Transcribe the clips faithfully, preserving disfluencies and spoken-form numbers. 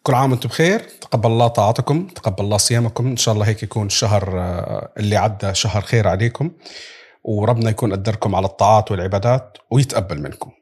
كل عام وانتم بخير. تقبل الله طاعتكم، تقبل الله صيامكم. إن شاء الله هيك يكون الشهر اللي عدى شهر خير عليكم، وربنا يكون قدركم على الطاعات والعبادات ويتقبل منكم.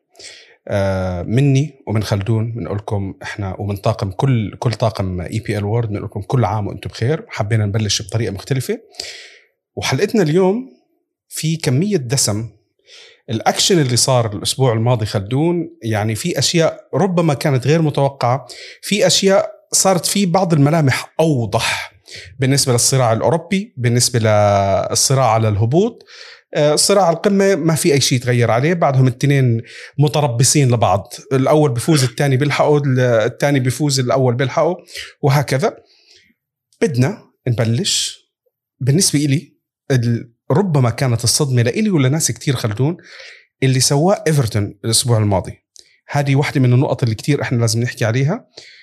مني ومن خلدون بنقول لكم احنا ومن طاقم كل كل طاقم اي بي ال وورد بنقول لكم كل عام وانتم بخير. حبينا نبلش بطريقة مختلفة، وحلقتنا اليوم في كمية دسم. الأكشن اللي صار الأسبوع الماضي خلدون، يعني في أشياء ربما كانت غير متوقعة، في أشياء صارت في بعض الملامح أوضح بالنسبة للصراع الأوروبي، بالنسبة للصراع على الهبوط. الصراع على القمة ما في أي شيء تغير عليه، بعدهم التنين متربصين لبعض، الأول بيفوز الثاني بيلحقه، الثاني بيفوز الأول بيلحقه، وهكذا. بدنا نبلش. بالنسبة إلي ربما كانت الصدمة لإلي ولا ناس كتير خلدون اللي سواه إيفرتون الأسبوع الماضي. هذه واحدة من النقط اللي كتير إحنا لازم نحكي عليها.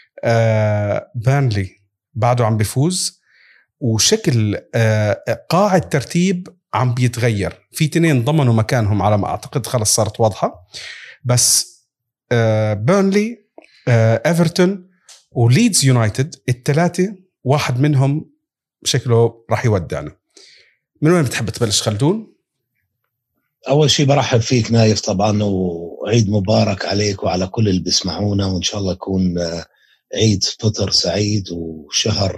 آه بانلي بعده عم بيفوز، وشكل آه قاع الترتيب عم بيتغير. في تنين ضمنوا مكانهم على ما أعتقد، خلص صارت واضحة. بس آه بانلي، آه إيفرتون وليدز يونايتد، الثلاثة واحد منهم شكله راح يودعنا. من وين بتحب تبلش خلدون؟ أول شيء برحب فيك نايف طبعا، وعيد مبارك عليك وعلى كل اللي بيسمعونا، وإن شاء الله يكون عيد فطر سعيد وشهر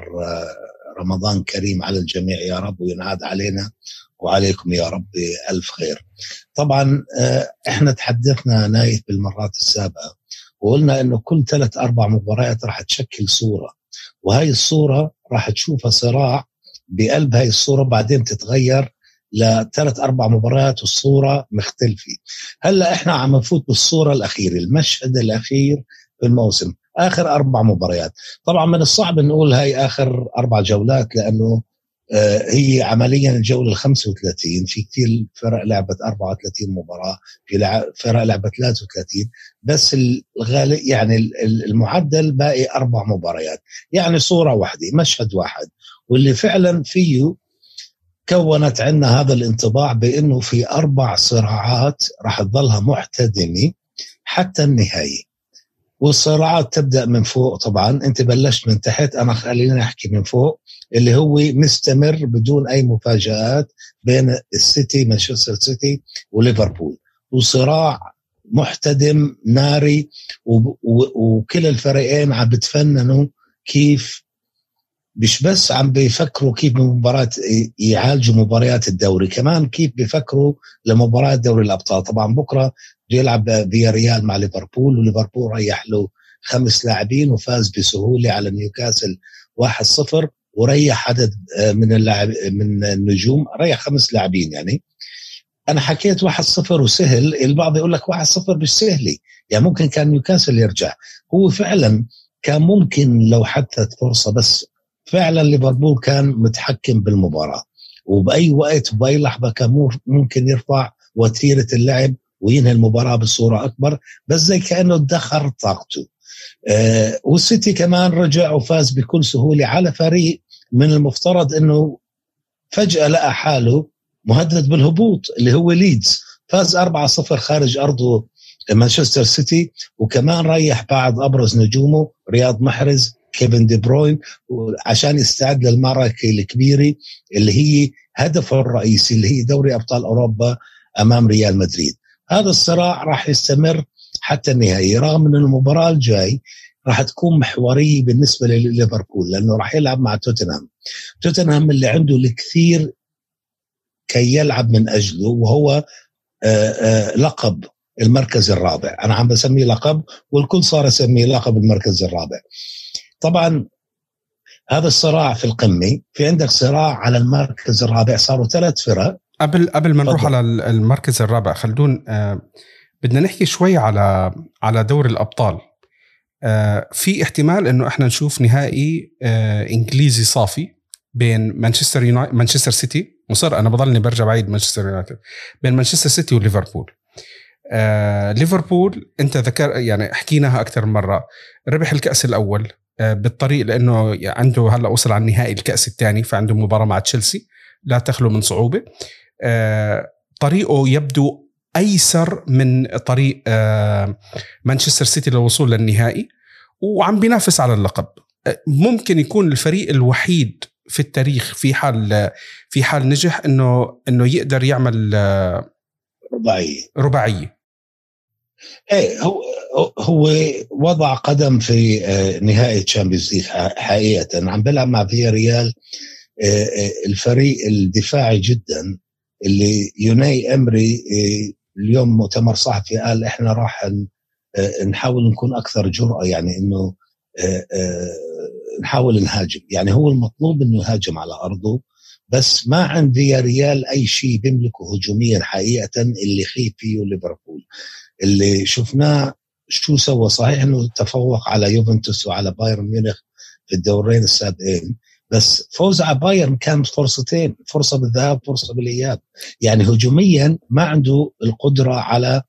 رمضان كريم على الجميع يا رب، وينعاد علينا وعليكم يا رب ألف خير. طبعا احنا تحدثنا نايف بالمرات السابقة وقلنا انه كل ثلاث اربع مباريات راح تشكل صورة، وهي الصورة راح تشوفها صراع بقلب هاي الصورة، بعدين تتغير لثلاث أربع مباريات والصورة مختلفة. هلأ إحنا عم نفوت بالصورة الأخيرة، المشهد الأخير في الموسم، آخر أربع مباريات. طبعا من الصعب نقول هاي آخر أربع جولات، لأنه آه هي عمليا الجولة الخمسة وثلاثين، في كتير فرق لعبت أربعة وثلاثين مباراة، في فرق لعبت ثلاثة وثلاثين، بس الغالب يعني المعدل باقي أربع مباريات، يعني صورة واحدة، مشهد واحد. واللي فعلا فيه كونت عنا هذا الانطباع بأنه في أربع صراعات راح تظلها محتدمة حتى النهاية، والصراعات تبدأ من فوق. طبعا انت بلشت من تحت، أنا خلينا نحكي من فوق، اللي هو مستمر بدون أي مفاجآت بين السيتي، مانشستر سيتي وليفربول، وصراع محتدم ناري، وكل الفريقين عم بتفننوا كيف، مش بس عم بيفكروا كيف مباراة يعالجوا مباريات الدوري، كمان كيف بيفكروا لمباراة دوري الأبطال. طبعا بكرة يلعب فيا ريال مع ليفربول، وليفربول ريح له خمس لاعبين وفاز بسهولة على نيوكاسل واحد صفر، وريح عدد من اللاعب من النجوم، ريح خمس لاعبين. يعني أنا حكيت واحد صفر وسهل، البعض يقول لك واحد صفر مش سهلي، يعني ممكن كان نيوكاسل يرجع. هو فعلا كان ممكن لو حتى فرصة، بس فعلا ليفربول كان متحكم بالمباراة، وبأي وقت وبأي لحظة كان ممكن يرفع وتيرة اللعب وينهي المباراة بصورة أكبر، بس زي كأنه ادخر طاقته. آه والسيتي كمان رجع وفاز بكل سهولة على فريق من المفترض أنه فجأة لقى حاله مهدد بالهبوط، اللي هو ليدز. فاز أربعة صفر خارج أرضه مانشستر سيتي، وكمان ريح بعض أبرز نجومه رياض محرز، كيفن دي بروين، عشان يستعد للمعركة الكبيرة اللي هي هدفه الرئيسي، اللي هي دوري أبطال أوروبا أمام ريال مدريد. هذا الصراع راح يستمر حتى النهاية، رغم أن المباراة الجاي راح تكون محورية بالنسبة لليفربول، لأنه راح يلعب مع توتنهام. توتنهام اللي عنده الكثير كي يلعب من أجله، وهو آآ آآ لقب المركز الرابع. أنا عم بسميه لقب، والكل صار يسميه لقب المركز الرابع. طبعا هذا الصراع في القمة، في عندك صراع على المركز الرابع، صاروا ثلاث فرق. قبل قبل ما نروح على المركز الرابع خلدون، آه بدنا نحكي شوي على على دوري الأبطال. آه في احتمال إنه إحنا نشوف نهائي آه إنجليزي صافي بين مانشستر يونايتد مانشستر سيتي، مصر أنا بضلني برجع بعيد مانشستر يونايتد، بين مانشستر سيتي وليفربول. آه ليفربول أنت ذكر يعني حكيناها أكثر من مرة، ربح الكأس الأول بالطريق لأنه عنده هلأ وصل عن نهائي الكأس الثاني، فعنده مباراة مع تشيلسي لا تخلو من صعوبة. طريقه يبدو أيسر من طريق مانشستر سيتي للوصول للنهائي، وعم بينافس على اللقب. ممكن يكون الفريق الوحيد في التاريخ في حال في حال نجح انه انه يقدر يعمل رباعيه رباعيه. ايه هو هو وضع قدم في نهائي تشامبيونز ليج حقيقه، عم بلعب مع فيا ريال، الفريق الدفاعي جدا اللي يوناي امري اليوم مؤتمر صحفي قال احنا راح نحاول نكون اكثر جرأة، يعني انه نحاول نهاجم. يعني هو المطلوب انه يهاجم على ارضه، بس ما عند فيا ريال اي شيء بيملكه هجوميا حقيقة اللي خيب فيه ليفربول. اللي شفناه شو سوى، صحيح انه تفوق على يوفنتوس وعلى بايرن ميونخ في الدورين السابقين، بس فوز على بايرن كان فرصتين، فرصة بالذهاب فرصة بالإياب. يعني هجوميا ما عنده القدرة على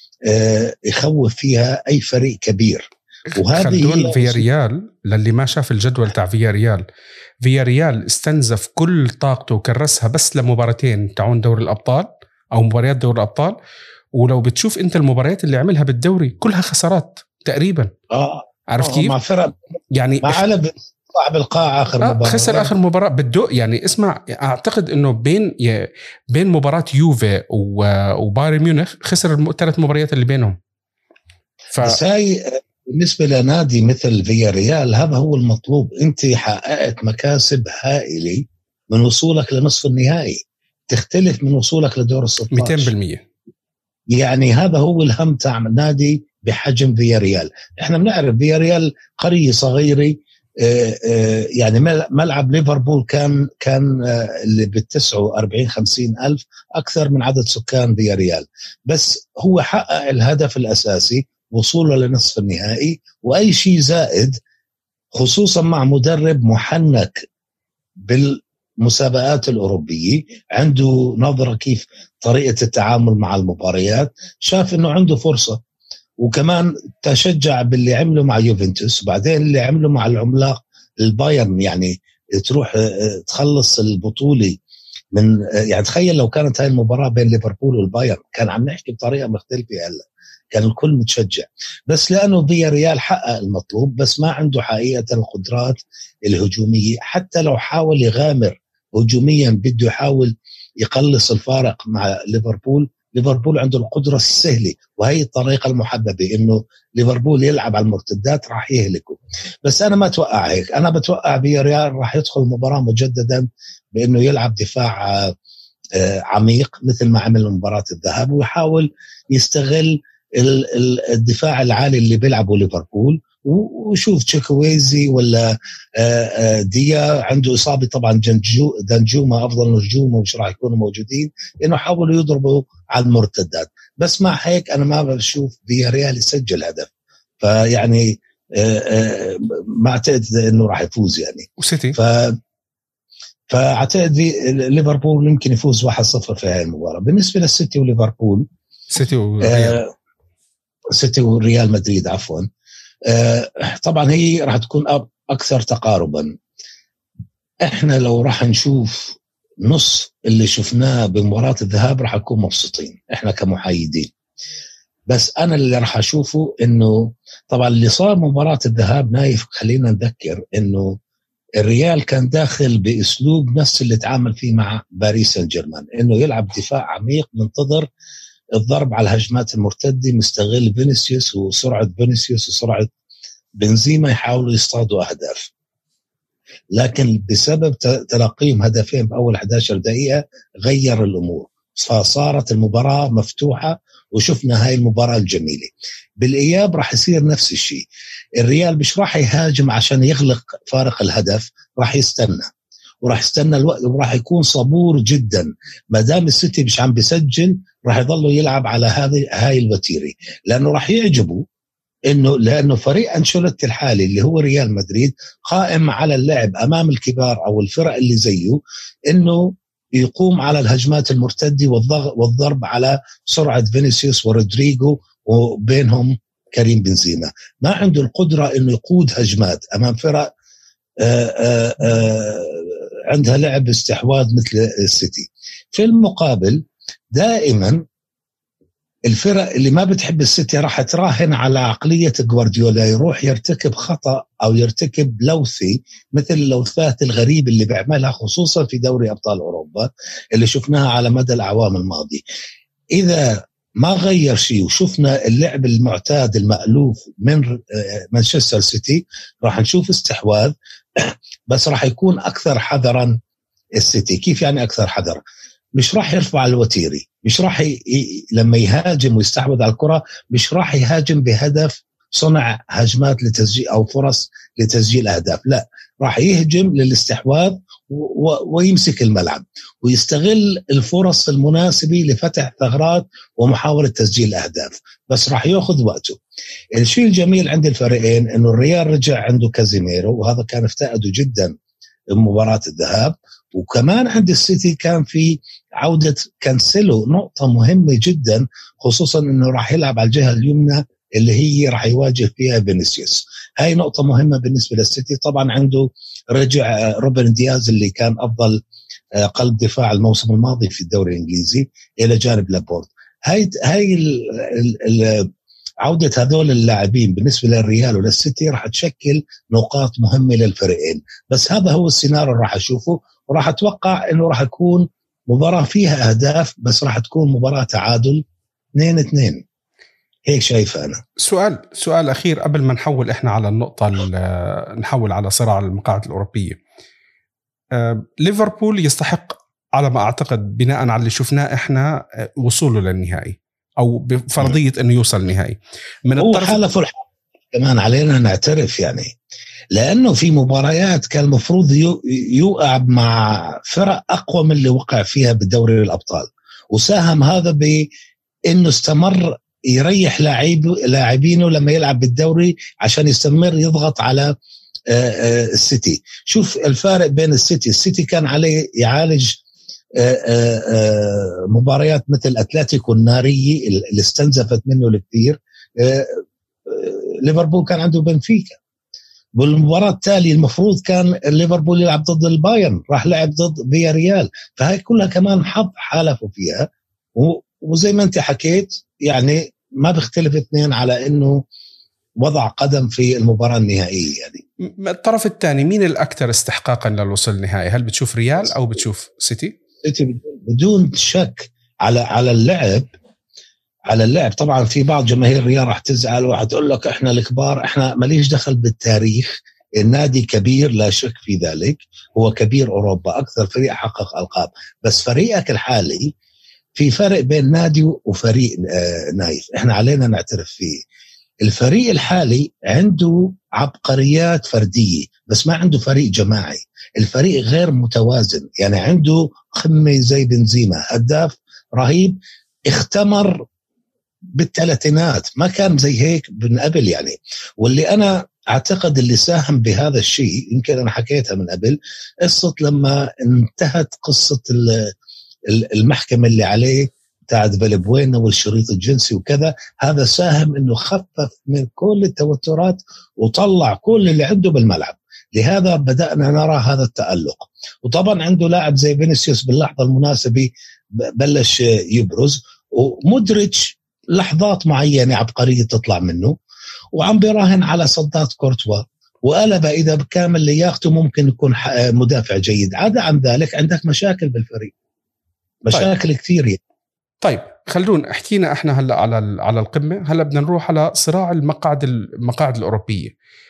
يخوف فيها أي فريق كبير. وهذه فيا ريال للي ما شاف الجدول تاع فيا ريال، فيا ريال استنزف كل طاقته وكرسها بس لمباراتين تعون دور الأبطال أو مباريات دور الأبطال. ولو بتشوف انت المباريات اللي عملها بالدوري كلها خسارات تقريبا. اه عارف آه كيف مع فرق يعني مع علب صعب القاع اخر آه مباراه، خسر اخر مباراه بالدو. يعني اسمع، اعتقد انه بين بين مباراه يوفي وبايرن ميونخ خسر الثلاث مباريات اللي بينهم. ف... بس هاي بالنسبه لنادي مثل فيا ريال هذا هو المطلوب. انت حققت مكاسب هائله من وصولك لنصف النهائي، تختلف من وصولك لدور الستاشر مئتين بالمئة. يعني هذا هو الهم تاع نادي بحجم فيا ريال. احنا بنعرف فيا ريال قرية صغيرة، يعني ملعب ليفربول كان كان اللي بالتسعة وأربعين خمسين ألف أكثر من عدد سكان فيا ريال، بس هو حقق الهدف الأساسي وصوله لنصف النهائي، وأي شيء زائد خصوصا مع مدرب محنك بالمسابقات الأوروبية عنده نظرة كيف طريقة التعامل مع المباريات، شاف إنه عنده فرصة. وكمان تشجع باللي عمله مع يوفنتوس، وبعدين اللي عمله مع العملاق البايرن، يعني تروح تخلص البطولة من، يعني تخيل لو كانت هاي المباراة بين ليفربول والبايرن كان عم نحكي بطريقة مختلفة، هلا كان الكل متشجع. بس لأنه فيا ريال حقق المطلوب بس ما عنده حقيقة القدرات الهجومية، حتى لو حاول يغامر هجوميا بده يحاول يقلص الفارق مع ليفربول. ليفربول عنده القدرة السهلة، وهي الطريقة المحببة إنه ليفربول يلعب على المرتدات راح يهلكه. بس أنا ما أتوقع هيك، أنا بتوقع فيا ريال راح يدخل المباراة مجددا بإنه يلعب دفاع عميق مثل ما عمل مباراة الذهاب، ويحاول يستغل الدفاع العالي اللي بيلعبه ليفربول. وشوف تشيكويزي ولا ديا عنده إصابة طبعا، جنجو دنجوما أفضل نجومه مش راح يكونوا موجودين، إنه حاولوا يضربوا على المرتدات. بس مع هيك أنا ما بشوف فيا ريال يسجل هدف، فيعني ما أعتقد إنه راح يفوز يعني. وسيتي ف فأعتقد ليفربول يمكن يفوز واحد صفر في هذه المباراة. بالنسبة للسيتي وليفربول، سيتي وريال آه سيتي وريال مدريد عفوا، آه طبعا هي راح تكون أكثر تقاربا. إحنا لو راح نشوف نص اللي شفناه بمباراة الذهاب راح نكون مبسوطين إحنا كمحايدين. بس أنا اللي راح أشوفه إنه طبعا اللي صار مباراة الذهاب نايف، خلينا نذكر إنه الريال كان داخل بأسلوب نفس اللي تعامل فيه مع باريس سان جيرمان، إنه يلعب دفاع عميق منتظر الضرب على الهجمات المرتدة، مستغل فينيسيوس وسرعة فينيسيوس وسرعة بنزيما يحاولوا يصطادوا أهداف. لكن بسبب تلقيهم هدفين بأول إحدى عشرة دقيقة غير الأمور، فصارت المباراة مفتوحة وشفنا هاي المباراة الجميلة. بالإياب راح يصير نفس الشيء، الريال مش راح يهاجم عشان يغلق فارق الهدف، راح يستنى وراح يستنى الوقت وراح يكون صبور جدا. ما دام السيتي مش عم بيسجل راح يضلوا يلعب على هذه هاي الوتيرة، لأنه راح يعجبوا إنه لأنه فريق أنشيلوتي الحالي اللي هو ريال مدريد قائم على اللعب أمام الكبار أو الفرق اللي زيه، إنه يقوم على الهجمات المرتدة والضرب على سرعة فينيسيوس ورودريغو وبينهم كريم بنزيما. ما عنده القدرة إنه يقود هجمات أمام فرق آآ آآ عندها لعب استحواذ مثل السيتي. في المقابل دائما الفرق اللي ما بتحب السيتي راح تراهن على عقلية جوارديولا، يروح يرتكب خطأ أو يرتكب لوثي مثل اللوثات الغريبة اللي بيعملها خصوصا في دوري أبطال أوروبا اللي شفناها على مدى الأعوام الماضية. إذا ما غير شيء وشفنا اللعب المعتاد المألوف من مانشستر سيتي، راح نشوف استحواذ بس راح يكون أكثر حذرا السيتي. كيف يعني أكثر حذرا؟ مش راح يرفع الوتيري، مش راح ي... لما يهاجم ويستحوذ على الكرة مش راح يهاجم بهدف صنع هجمات لتسجيل أو فرص لتسجيل أهداف، لا راح يهجم للاستحواذ و... ويمسك الملعب ويستغل الفرص المناسبة لفتح ثغرات ومحاولة تسجيل أهداف، بس راح يأخذ وقته. الشيء الجميل عند الفريقين إنه الريال رجع عنده كازيميرو وهذا كان افتقده جدا مباراة الذهاب، وكمان عند السيتي كان في عودة كانسيلو، نقطة مهمة جدا خصوصا انه راح يلعب على الجهة اليمنى اللي هي راح يواجه فيها فينيسيوس. هاي نقطة مهمة بالنسبة للسيتي. طبعا عنده رجع روبن دياز اللي كان افضل قلب دفاع الموسم الماضي في الدوري الانجليزي الى جانب لابورت. هاي هاي ال ال ال عودة هذول اللاعبين بالنسبة للريال وللسيتي راح تشكل نقاط مهمة للفريقين، بس هذا هو السيناريو اللي راح أشوفه، وراح أتوقع أنه راح يكون مباراة فيها أهداف بس راح تكون مباراة تعادل اثنين اثنين، هيك شايف أنا. سؤال سؤال أخير قبل ما نحول إحنا على النقطة نحول على صراع المقاعد الأوروبية. أه ليفربول يستحق على ما أعتقد بناء على اللي شفناه إحنا وصوله للنهائي أو بفرضية أنه يوصل النهائي. من هو الطرف حالة الحال كمان علينا نعترف يعني، لأنه في مباريات كان المفروض يوقع مع فرق أقوى من اللي وقع فيها بدوري الأبطال، وساهم هذا بأنه استمر يريح لاعبينه لما يلعب بالدوري عشان يستمر يضغط على السيتي. شوف الفارق بين السيتي السيتي كان عليه يعالج مباريات مثل أتلتيكو النارية اللي استنزفت منه الكثير. ليفربول كان عنده بنفيكا، والمباراة التالية المفروض كان ليفربول يلعب ضد البايرن، راح لعب ضد فياريال، فهي كلها كمان حظ حالفوا فيها. وزي ما انت حكيت يعني ما بيختلف اثنين على انه وضع قدم في المباراة النهائية. يعني الطرف الثاني مين الأكثر استحقاقا للوصول النهائي؟ هل بتشوف ريال أو بتشوف سيتي؟ سيتي بدون شك على على اللعب على اللعب. طبعا في بعض جماهير الريال راح تزعل وراح تقول لك احنا الكبار، احنا ماليش دخل بالتاريخ، النادي كبير لا شك في ذلك، هو كبير أوروبا، أكثر فريق حقق ألقاب، بس فريقك الحالي في فرق بين نادي وفريق آه نايف، احنا علينا نعترف فيه. الفريق الحالي عنده عبقريات فردية بس ما عنده فريق جماعي، الفريق غير متوازن، يعني عنده قمة زي بنزيما هداف رهيب اختمر بالثلاثينات، ما كان زي هيك من قبل يعني. واللي أنا أعتقد اللي ساهم بهذا الشيء يمكن أنا حكيتها من قبل، قصة لما انتهت قصة المحكمة اللي عليه بتاعت فالبوينا والشريط الجنسي وكذا، هذا ساهم انه خفف من كل التوترات وطلع كل اللي عنده بالملعب، لهذا بدأنا نرى هذا التألق. وطبعا عنده لاعب زي فينيسيوس باللحظة المناسبة بلش يبرز، ومدرج لحظات معينة عبقرية تطلع منه، وعم بيراهن على صدات كورتوا، وقلب إذا بكامل لياقته ممكن يكون مدافع جيد. عدا عن ذلك عندك مشاكل بالفريق، مشاكل طيب. كثير يعني. طيب خلونا حكينا احنا هلا على على القمه، هلا بدنا نروح على صراع المقاعد المقاعد الاوروبيه.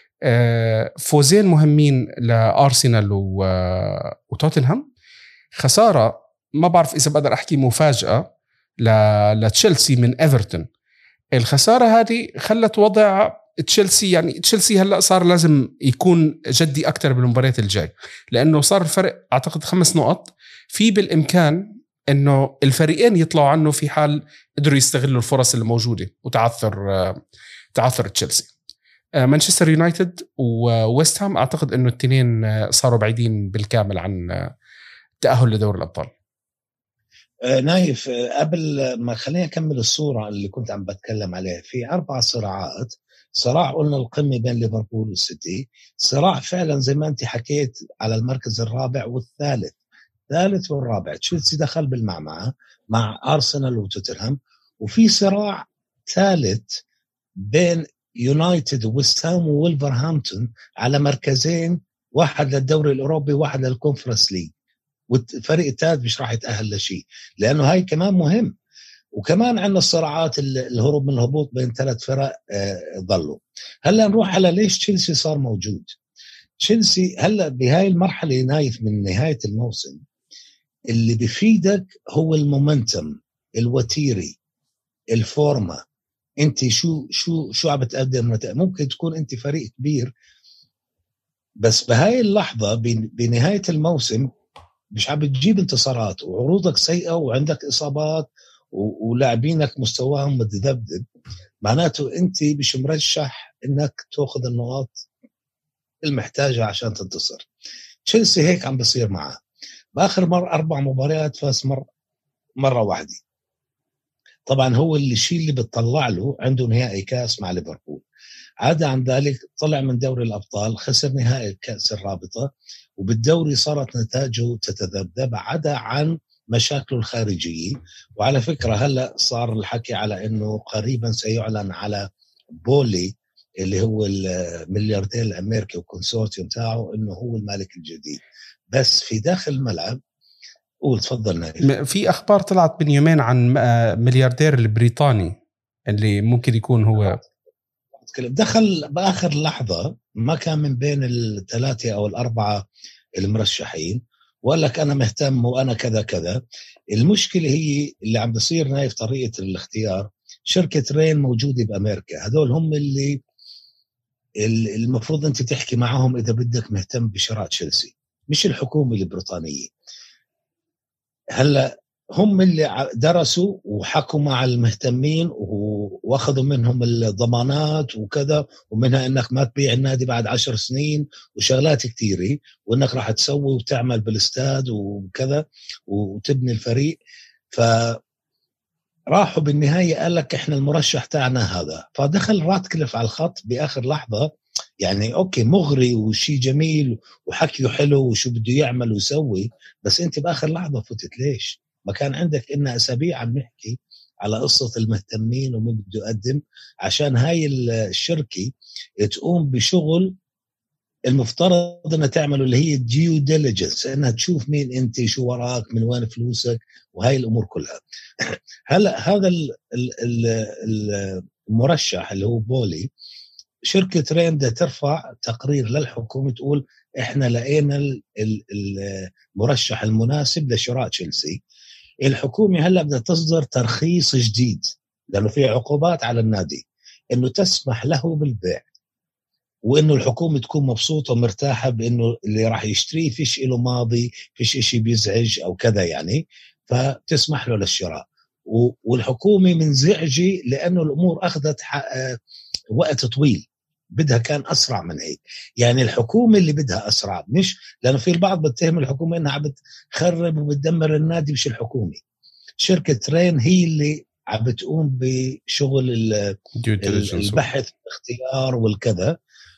فوزين مهمين لارسنال وتوتنهام، خساره ما بعرف اذا بقدر احكي مفاجاه لتشيلسي من ايفرتون. الخساره هذه خلت وضع تشيلسي، يعني تشيلسي هلا صار لازم يكون جدي اكثر بالمباريات الجاي، لانه صار الفرق اعتقد خمس نقط، في بالامكان انه الفريقين يطلعوا عنه في حال قدروا يستغلوا الفرص اللي موجوده وتعثر تعثر تشيلسي. مانشستر يونايتد وويست هام اعتقد انه الاثنين صاروا بعيدين بالكامل عن التأهل لدوري الابطال. نايف قبل ما خلينا نكمل الصوره اللي كنت عم بتكلم عليها، في اربع صراعات، صراع قلنا القمه بين ليفربول والسيتي، صراع فعلا زي ما انت حكيت على المركز الرابع والثالث، الثالث والرابع تشيلسي دخل بالمعمعة مع أرسنال وتوتنهام، وفي صراع ثالث بين يونايتد وويست هام وولفرهامبتون على مركزين، واحد للدوري الأوروبي واحد للكونفرنس ليج، والفريق الثالث مش راح يتأهل لشيء، لأنه هاي كمان مهم. وكمان عندنا الصراعات الهروب من الهبوط بين ثلاث فرق ظلوا. هلا نروح على ليش تشيلسي صار موجود. تشيلسي هلا بهاي المرحلة نايف من نهاية الموسم، اللي بيفيدك هو المومنتم، الوتيري، الفورمة. انت شو شو شو عم بتقدم. ممكن تكون انت فريق كبير، بس بهاي اللحظة بنهاية الموسم مش عم بتجيب انتصارات، وعروضك سيئة، وعندك إصابات، ولاعبينك مستواهم متذبذب، معناته انت مش مرشح انك تاخذ النقاط المحتاجة عشان تنتصر. تشيلسي هيك عم بصير معه. بآخر مرة أربع مباريات فاز مرة مرة واحدة. طبعا هو اللي الشيء اللي بتطلع له عنده نهائي كاس مع ليفربول، عدا عن ذلك طلع من دوري الأبطال، خسر نهائي كأس الرابطة، وبالدوري صارت نتائجه تتذبذب عدا عن مشاكله الخارجية. وعلى فكرة هلأ صار الحكي على أنه قريبا سيعلن على بولي اللي هو الملياردير الأمريكي وكونسورتيوم تاعه أنه هو المالك الجديد. بس في داخل الملعب قول تفضل نايف. في أخبار طلعت من يومين عن ملياردير البريطاني اللي ممكن يكون هو دخل بآخر لحظة، ما كان من بين الثلاثة أو الأربعة المرشحين، وقال لك أنا مهتم وأنا كذا كذا. المشكلة هي اللي عم بصير نايف طريقة الاختيار. شركة رين موجودة بأمريكا، هدول هم اللي المفروض أنت تحكي معهم إذا بدك مهتم بشراء تشيلسي، مش الحكومة البريطانية. هلأ هم اللي درسوا وحكوا مع المهتمين واخذوا منهم الضمانات وكذا، ومنها انك ما تبيع النادي بعد عشر سنين وشغلات كتيرة، وانك راح تسوي وتعمل بالاستاد وكذا وتبني الفريق. فراحوا بالنهاية قال لك احنا المرشح تاعنا هذا. فدخل راتكليف على الخط باخر لحظة، يعني اوكي مغري وشي جميل وحكيه حلو وشو بده يعمل ويسوي، بس انت باخر لحظة فتت. ليش؟ ما كان عندك إنها أسابيع عم نحكي على قصة المهتمين ومين بده يقدم، عشان هاي الشركة تقوم بشغل المفترض أنها تعمله، اللي هي ديو ديليجنس، أنها تشوف مين أنت، شو وراك، من وين فلوسك، وهاي الأمور كلها. هلأ هذا المرشح اللي هو بولي، شركة رين ده ترفع تقرير للحكومة تقول إحنا لقينا المرشح المناسب لشراء تشيلسي. الحكومة هلأ بدها تصدر ترخيص جديد، لأنه في عقوبات على النادي، إنه تسمح له بالبيع، وإنه الحكومة تكون مبسوطة ومرتاحة بإنه اللي راح يشتريه فيش إله ماضي، فيش إشي بيزعج أو كذا يعني، فتسمح له للشراء. والحكومة منزعجة لأنه الأمور أخذت وقت طويل، بدها كان أسرع من هيك. يعني الحكومة اللي بدها أسرع، مش لأنه في البعض بتهم الحكومة إنها عم بتخرب وبتدمر النادي، مش الحكومة. شركة رين هي اللي عم بتقوم بشغل البحث والاختيار والكذا،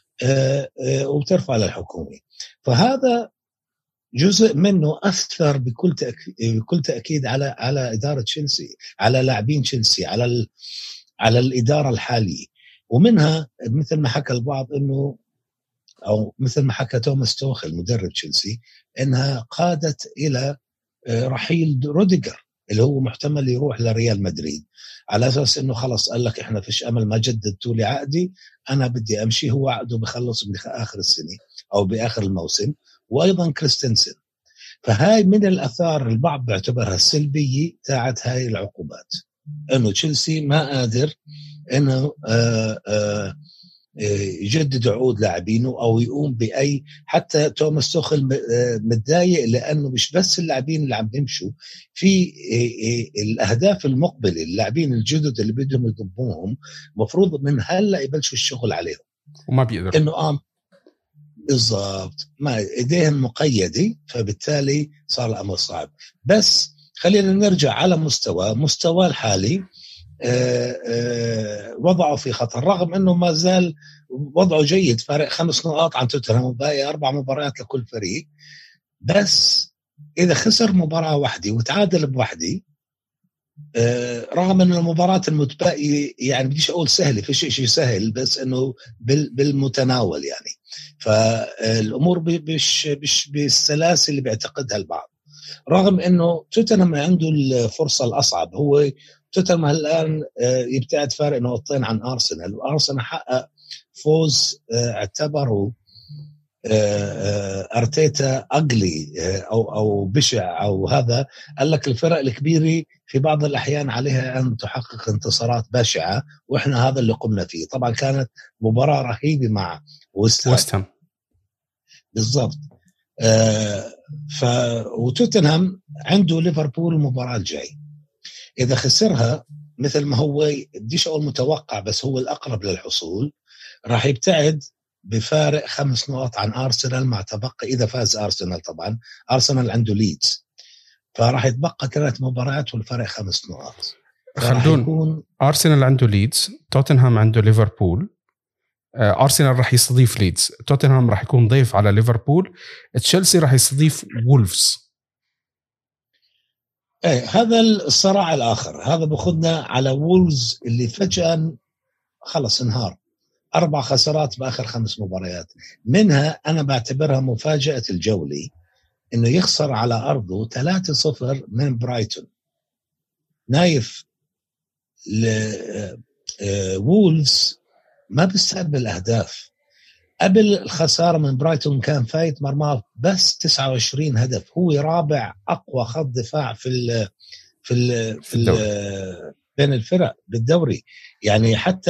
وبترفع للحكومة. فهذا جزء منه أثر بكل تأكيد, بكل تأكيد على على إدارة تشيلسي، على لاعبين تشيلسي، على على الإدارة الحالية. ومنها مثل ما حكى البعض إنه، أو مثل ما حكى توماس توخل مدرب تشيلسي، إنها قادت إلى رحيل روديجر اللي هو محتمل يروح لريال مدريد، على أساس إنه خلص قال لك إحنا فيش أمل، ما جددتوا لي عقدي، أنا بدي أمشي. هو عقده بخلص بآخر السنة أو بآخر الموسم. وأيضا كريستنسن. فهاي من الأثار البعض بيعتبرها السلبية تاعت هاي العقوبات، إنه تشيلسي ما قادر إنه آآ آآ يجدد عقود لاعبينه أو يقوم بأي. حتى توماس توخل متضايق لأنه مش بس اللاعبين اللي عم يمشوا في الأهداف المقبلة، اللاعبين الجدد اللي بدهم يضموهم مفروض من هلا يبلشوا الشغل عليهم، وما بيقدر إنه آم بالضبط ما إيديهم مقيدة، فبالتالي صار الأمر صعب. بس خلينا نرجع على مستوى مستوى الحالي. آآ آآ وضعه في خطر، رغم أنه ما زال وضعه جيد، فارق خمس نقاط عن توتنهام وباقي أربع مباريات لكل فريق. بس إذا خسر مباراة واحدة وتعادل بواحدة رغم أن المباراة المتبقية يعني بديش أقول سهلة، في شيء شيء سهل، بس أنه بالمتناول يعني. فالأمور مش مش بالسلاسل اللي بيعتقدها البعض، رغم أنه توتنهام عنده الفرصة الأصعب. هو توتنهام الآن يبتعد فارق نقطتين عن أرسنال، وأرسنال حقق فوز اعتبره أرتيتا أقلي أو أو بشع أو هذا. قال لك الفرق الكبيرة في بعض الأحيان عليها أن تحقق انتصارات بشعة، وإحنا هذا اللي قمنا فيه. طبعا كانت مباراة رهيبة مع ويست هام بالضبط. آه ف وتوتنهام عنده ليفربول المباراة الجاي، إذا خسرها مثل ما هو بديش أقول متوقع، بس هو الأقرب للحصول، راح يبتعد بفارق خمس نقط عن أرسنال مع تبقى إذا فاز أرسنال. طبعا أرسنال عنده ليدز، فراح يتبقى ثلاث مباريات والفرق خمس نقط. خلدون يكون... أرسنال عنده ليدز، توتنهام عنده ليفربول، أرسنال راح يستضيف ليدز، توتنهام راح يكون ضيف على ليفربول، تشيلسي راح يستضيف وولفز. ايه هذا الصراع الآخر، هذا بأخذنا على وولفز اللي فجأة خلص انهار، أربع خسارات بآخر خمس مباريات. منها أنا بعتبرها مفاجأة الجولة، إنه يخسر على أرضه ثلاثة صفر من برايتون. نايف وولفز ما بيستقبل أهداف. قبل الخسارة من برايتون كان فايت مرماه بس تسعة وعشرين هدف، هو رابع أقوى خط دفاع في ال في ال في ال بين الفرق بالدوري. يعني حتى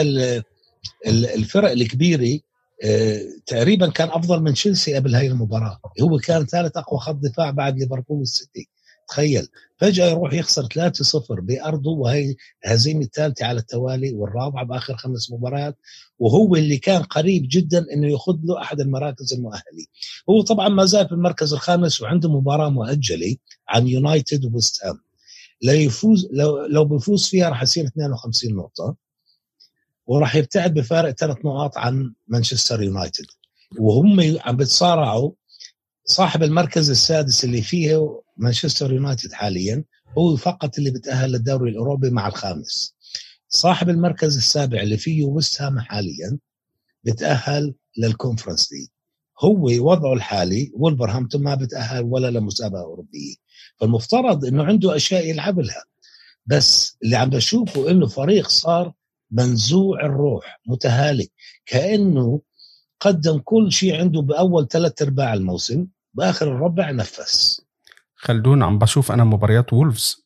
الفرق الكبيرة تقريبا كان أفضل من تشيلسي قبل هاي المباراة. هو كان ثالث أقوى خط دفاع بعد ليفربول والسيتي. تخيل فجأة يروح يخسر ثلاثة صفر بأرضه، وهي هزيمة الثالثة على التوالي والرابعة بآخر خمس مباريات، وهو اللي كان قريب جدا إنه يأخذ له أحد المراكز المؤهلة. هو طبعا ما زال في المركز الخامس وعنده مباراة مؤجلة عن يونايتد وويست هام. لا يفوز لو لو بيفوز فيها راح يصير اثنين وخمسين نقطة، وراح يبتعد بفارق ثلاث نقاط عن مانشستر يونايتد، وهم عم بتصارعوا. صاحب المركز السادس اللي فيه مانشستر يونايتد حاليا هو فقط اللي بتأهل للدوري الأوروبي مع الخامس. صاحب المركز السابع اللي فيه ويست هام حاليا بتأهل للكونفرنس ليج. هو وضعه الحالي وولفرهامبتون ما بتأهل ولا لمسابقة أوروبية، فالمفترض إنه عنده أشياء يلعب لها. بس اللي عم بشوفه إنه فريق صار منزوع الروح، متهالك، كأنه قدم كل شيء عنده بأول ثلاث أرباع الموسم، بآخر الربع نفس. خلدون عم بشوف أنا مباريات وولفز،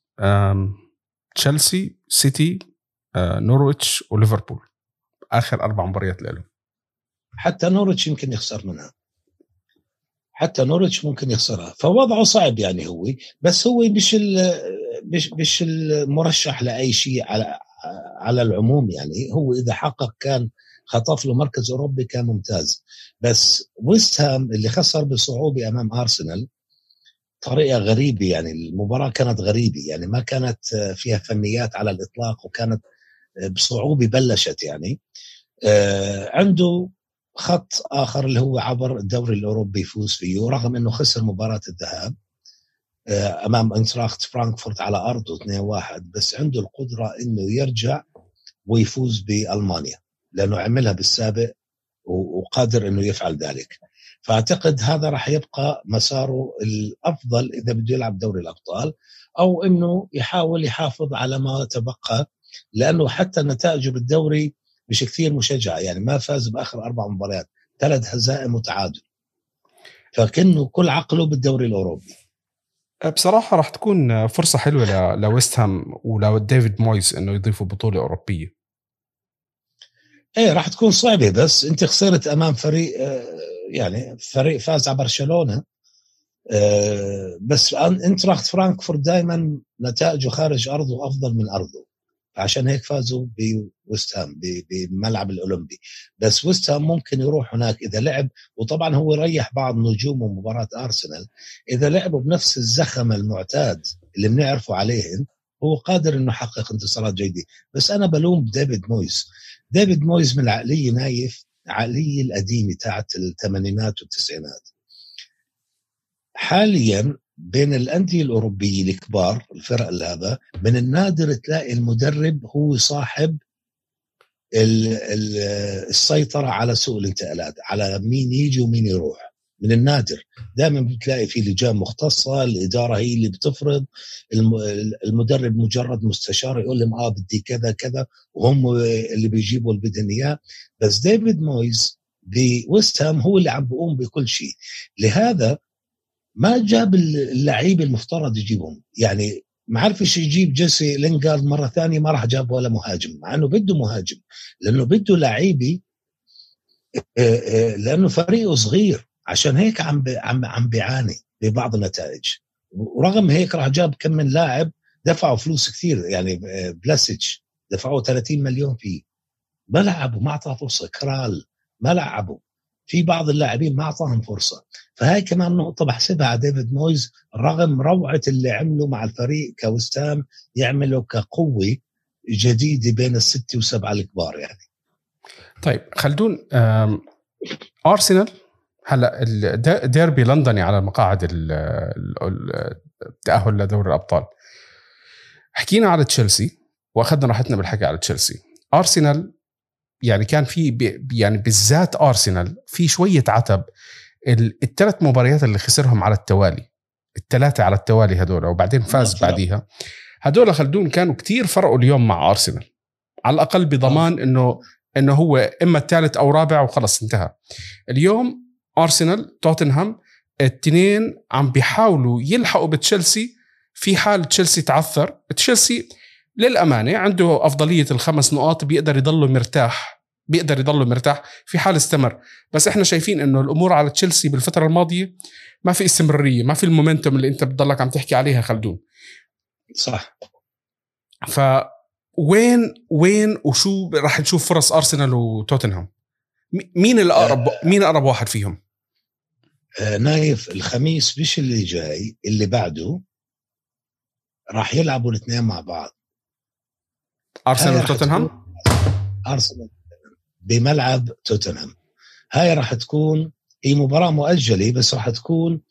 تشيلسي، سيتي، نورويتش وليفربول، آخر أربع مباريات له. حتى نورويتش يمكن يخسر منها، حتى نورويتش ممكن يخسرها، فوضعه صعب يعني. هو بس هو مش مش مش المرشح لأي شيء على على العموم يعني. هو إذا حقق كان خطف له مركز أوروبي كان ممتاز. بس ويست هام اللي خسر بصعوبة أمام أرسنال طريقة غريبة، يعني المباراة كانت غريبة، يعني ما كانت فيها فنيات على الإطلاق، وكانت بصعوبة بلشت يعني. عنده خط آخر اللي هو عبر الدوري الأوروبي يفوز فيه، رغم أنه خسر مباراة الذهاب أمام انتراخت فرانكفورت على أرضه اثنين واحد، بس عنده القدرة أنه يرجع ويفوز بألمانيا لأنه عملها بالسابق وقادر أنه يفعل ذلك. فأعتقد هذا راح يبقى مساره الأفضل إذا بده يلعب دوري الأبطال، أو أنه يحاول يحافظ على ما تبقى، لأنه حتى نتائجه بالدوري مش كثير مشجعة. يعني ما فاز بآخر أربع مباريات، ثلاث هزائم وتعادل، فكأنه كل عقله بالدوري الأوروبي. بصراحة راح تكون فرصة حلوة لويست هام ولو ديفيد مويس إنه يضيفوا بطولة أوروبية. إيه راح تكون صعبة، بس أنت خسرت أمام فريق يعني فريق فاز على برشلونة، بس انتراخت فرانكفورت دائما نتائجه خارج أرضه أفضل من أرضه، عشان هيك فازوا بويست هام بملعب الأولمبي. بس ويست هام ممكن يروح هناك إذا لعب، وطبعا هو يريح بعض نجومه مباراة أرسنال، إذا لعبوا بنفس الزخم المعتاد اللي بنعرفه عليهن هو قادر إنه يحقق انتصارات جيدة. بس أنا بلوم ديفيد مويس. ديفيد مويس من العقلية نايف، عقلية القديمة تاعت الثمانينات والتسعينات. حاليا بين الأندية الأوروبية الكبار الفرق هذا من النادر تلاقي المدرب هو صاحب السيطرة على سوق الانتقالات، على مين يجي ومين يروح. من النادر دائما بتلاقي في لجان مختصة، الإدارة هي اللي بتفرض، المدرب مجرد مستشار يقول لهم آه بدي كذا كذا وهم اللي بيجيبوا اللي بدهم إياه. بس ديفيد مويز بويست هام هو اللي عم بيقوم بكل شيء. لهذا ما جاب اللعيبة المفترض يجيبهم، يعني ما عرفش يجيب جيسي لينغارد مرة ثانية، ما راح جاب ولا مهاجم مع أنه بده مهاجم، لأنه بده لعيبة، لأنه فريقه صغير، عشان هيك عم عم عم بيعاني ببعض النتائج. ورغم هيك راح جاب كم من لاعب دفعوا فلوس كثير، يعني بلاسيتش دفعوا ثلاثين مليون فيه، ما لعبوا، ما أعطاه فرصة. كرال ما لعبوا، في بعض اللاعبين ما أعطاهم فرصة. فهاي كمان نقطة بحسبها على ديفيد مويز، رغم روعة اللي عمله مع الفريق كوسام، يعمله كقوة جديدة بين الستة وسبعة الكبار يعني. طيب خلدون، أرسنال هلا ديربي لندني على مقاعد التأهل لدوري الأبطال. حكينا على تشيلسي وأخذنا راحتنا بالحكي على تشيلسي. أرسنال يعني كان في يعني بالذات أرسنال في شوية عتب، الثلاث مباريات اللي خسرهم على التوالي، الثلاثة على التوالي هدول، وبعدين فاز بعديها، هدول خلدون كانوا كتير فرقوا اليوم مع أرسنال، على الأقل بضمان إنه إنه هو إما الثالث أو رابع وخلص انتهى. اليوم أرسنال توتنهام التنين عم بيحاولوا يلحقوا بتشيلسي في حال تشيلسي تعثر. تشيلسي للأمانة عنده أفضلية الخمس نقاط، بيقدر يضله مرتاح بيقدر يضله مرتاح في حال استمر. بس إحنا شايفين إنه الأمور على تشيلسي بالفترة الماضية ما في استمرارية، ما في المومنتوم اللي أنت بتضلك عم تحكي عليها خلدون. صح. فوين وين وشو راح نشوف فرص أرسنال وتوتنهام؟ مين الأقرب آه مين أقرب واحد فيهم؟ آه نايف الخميس مش اللي جاي، اللي بعده راح يلعبوا الاثنين مع بعض، أرسنال وتوتنهام. أرسنال بملعب توتنهام. هاي راح تكون هي مباراة مؤجلة، بس راح تكون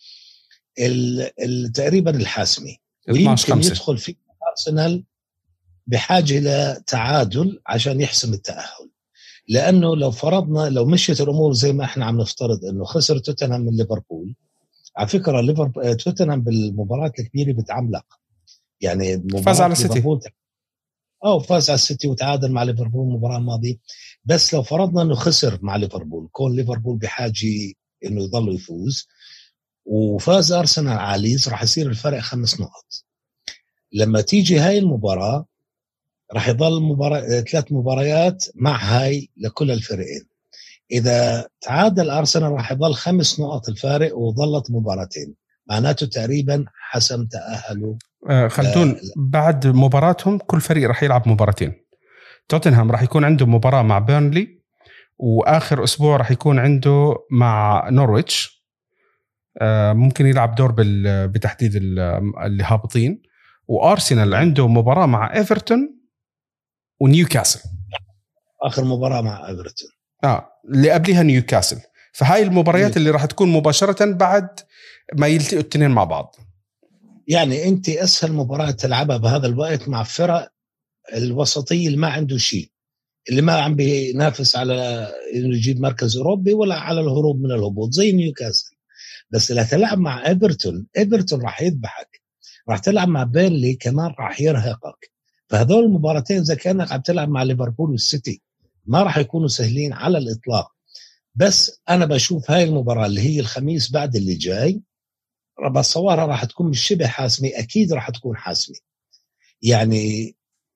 تقريبا الحاسمة، ويمكن يدخل في أرسنال بحاجة لتعادل عشان يحسم التأهل. لأنه لو فرضنا لو مشيت الأمور زي ما احنا عم نفترض إنه خسر توتنهام من ليفربول، على فكرة ليفربول توتنهام بالمباراة الكبيرة بتعملق، يعني فاز على السيتي أو فاز على السيتي وتعادل مع ليفربول المباراة الماضية. بس لو فرضنا إنه خسر مع ليفربول، كون ليفربول بحاجة إنه يضل يفوز، وفاز أرسنال على ليدز، راح يصير الفرق خمس نقط. لما تيجي هاي المباراة راح يضل مباراة ثلاث مباريات مع هاي لكل الفريقين. إذا تعادل أرسنال راح يضل خمس نقط الفارق وظلت مباراتين، معناته تقريبا حسم تأهلوا. آه خلدون ل... بعد مباراتهم كل فريق راح يلعب مباراتين. توتنهام راح يكون عنده مباراة مع بيرنلي، وآخر أسبوع راح يكون عنده مع نورويتش، آه ممكن يلعب دور بال... بتحديد اللي هابطين. وأرسنال عنده مباراة مع إيفرتون ونيوكاسل، آخر مباراة مع إيفرتون آه اللي قبلها نيوكاسل. فهاي المباريات اللي راح تكون مباشرة بعد ما يلتقوا الاثنين مع بعض. يعني أنت أسهل مباراة تلعبها بهذا الوقت مع فرق الوسطية اللي ما عنده شيء، اللي ما عم بينافس على إنه يجيب مركز أوروبي ولا على الهروب من الهبوط زي نيوكاسل. بس لا تلعب مع إيفرتون، إيفرتون راح يذبحك. راح تلعب مع بيرنلي كمان راح يرهقك. فهذول المباراتين إذا كأنك عم تلعب مع ليفربول والسيتي ما راح يكونوا سهلين على الإطلاق. بس أنا بشوف هاي المباراة اللي هي الخميس بعد اللي جاي، بصورها راح تكون مش شبه حاسمة، أكيد راح تكون حاسمة. يعني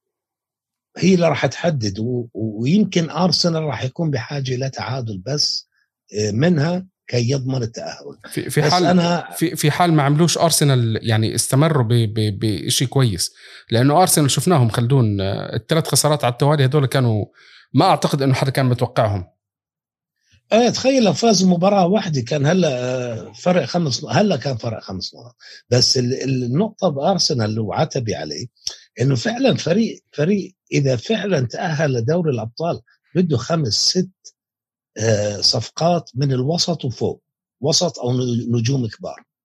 هي اللي راح تحدد، ويمكن أرسنال راح يكون بحاجة لتعادل بس منها كي يضمن التأهل. في في حال أنا في في حال ما عملوش أرسنال يعني استمروا بشيء كويس، لأنه أرسنال شفناهم خلدون الثلاث خسارات على التوالي هذول كانوا ما أعتقد إنه حدا كان متوقعهم. اه تخيل لو فاز مباراة واحدة كان هلا فرق خمس هلا كان فرق خمس نقاط. بس النقطة بأرسنال اللي وعتبي عليه إنه فعلا فريق فريق إذا فعلا تأهل لدوري الأبطال بده خمس ست صفقات من الوسط وفوق، وسط أو نجوم كبار.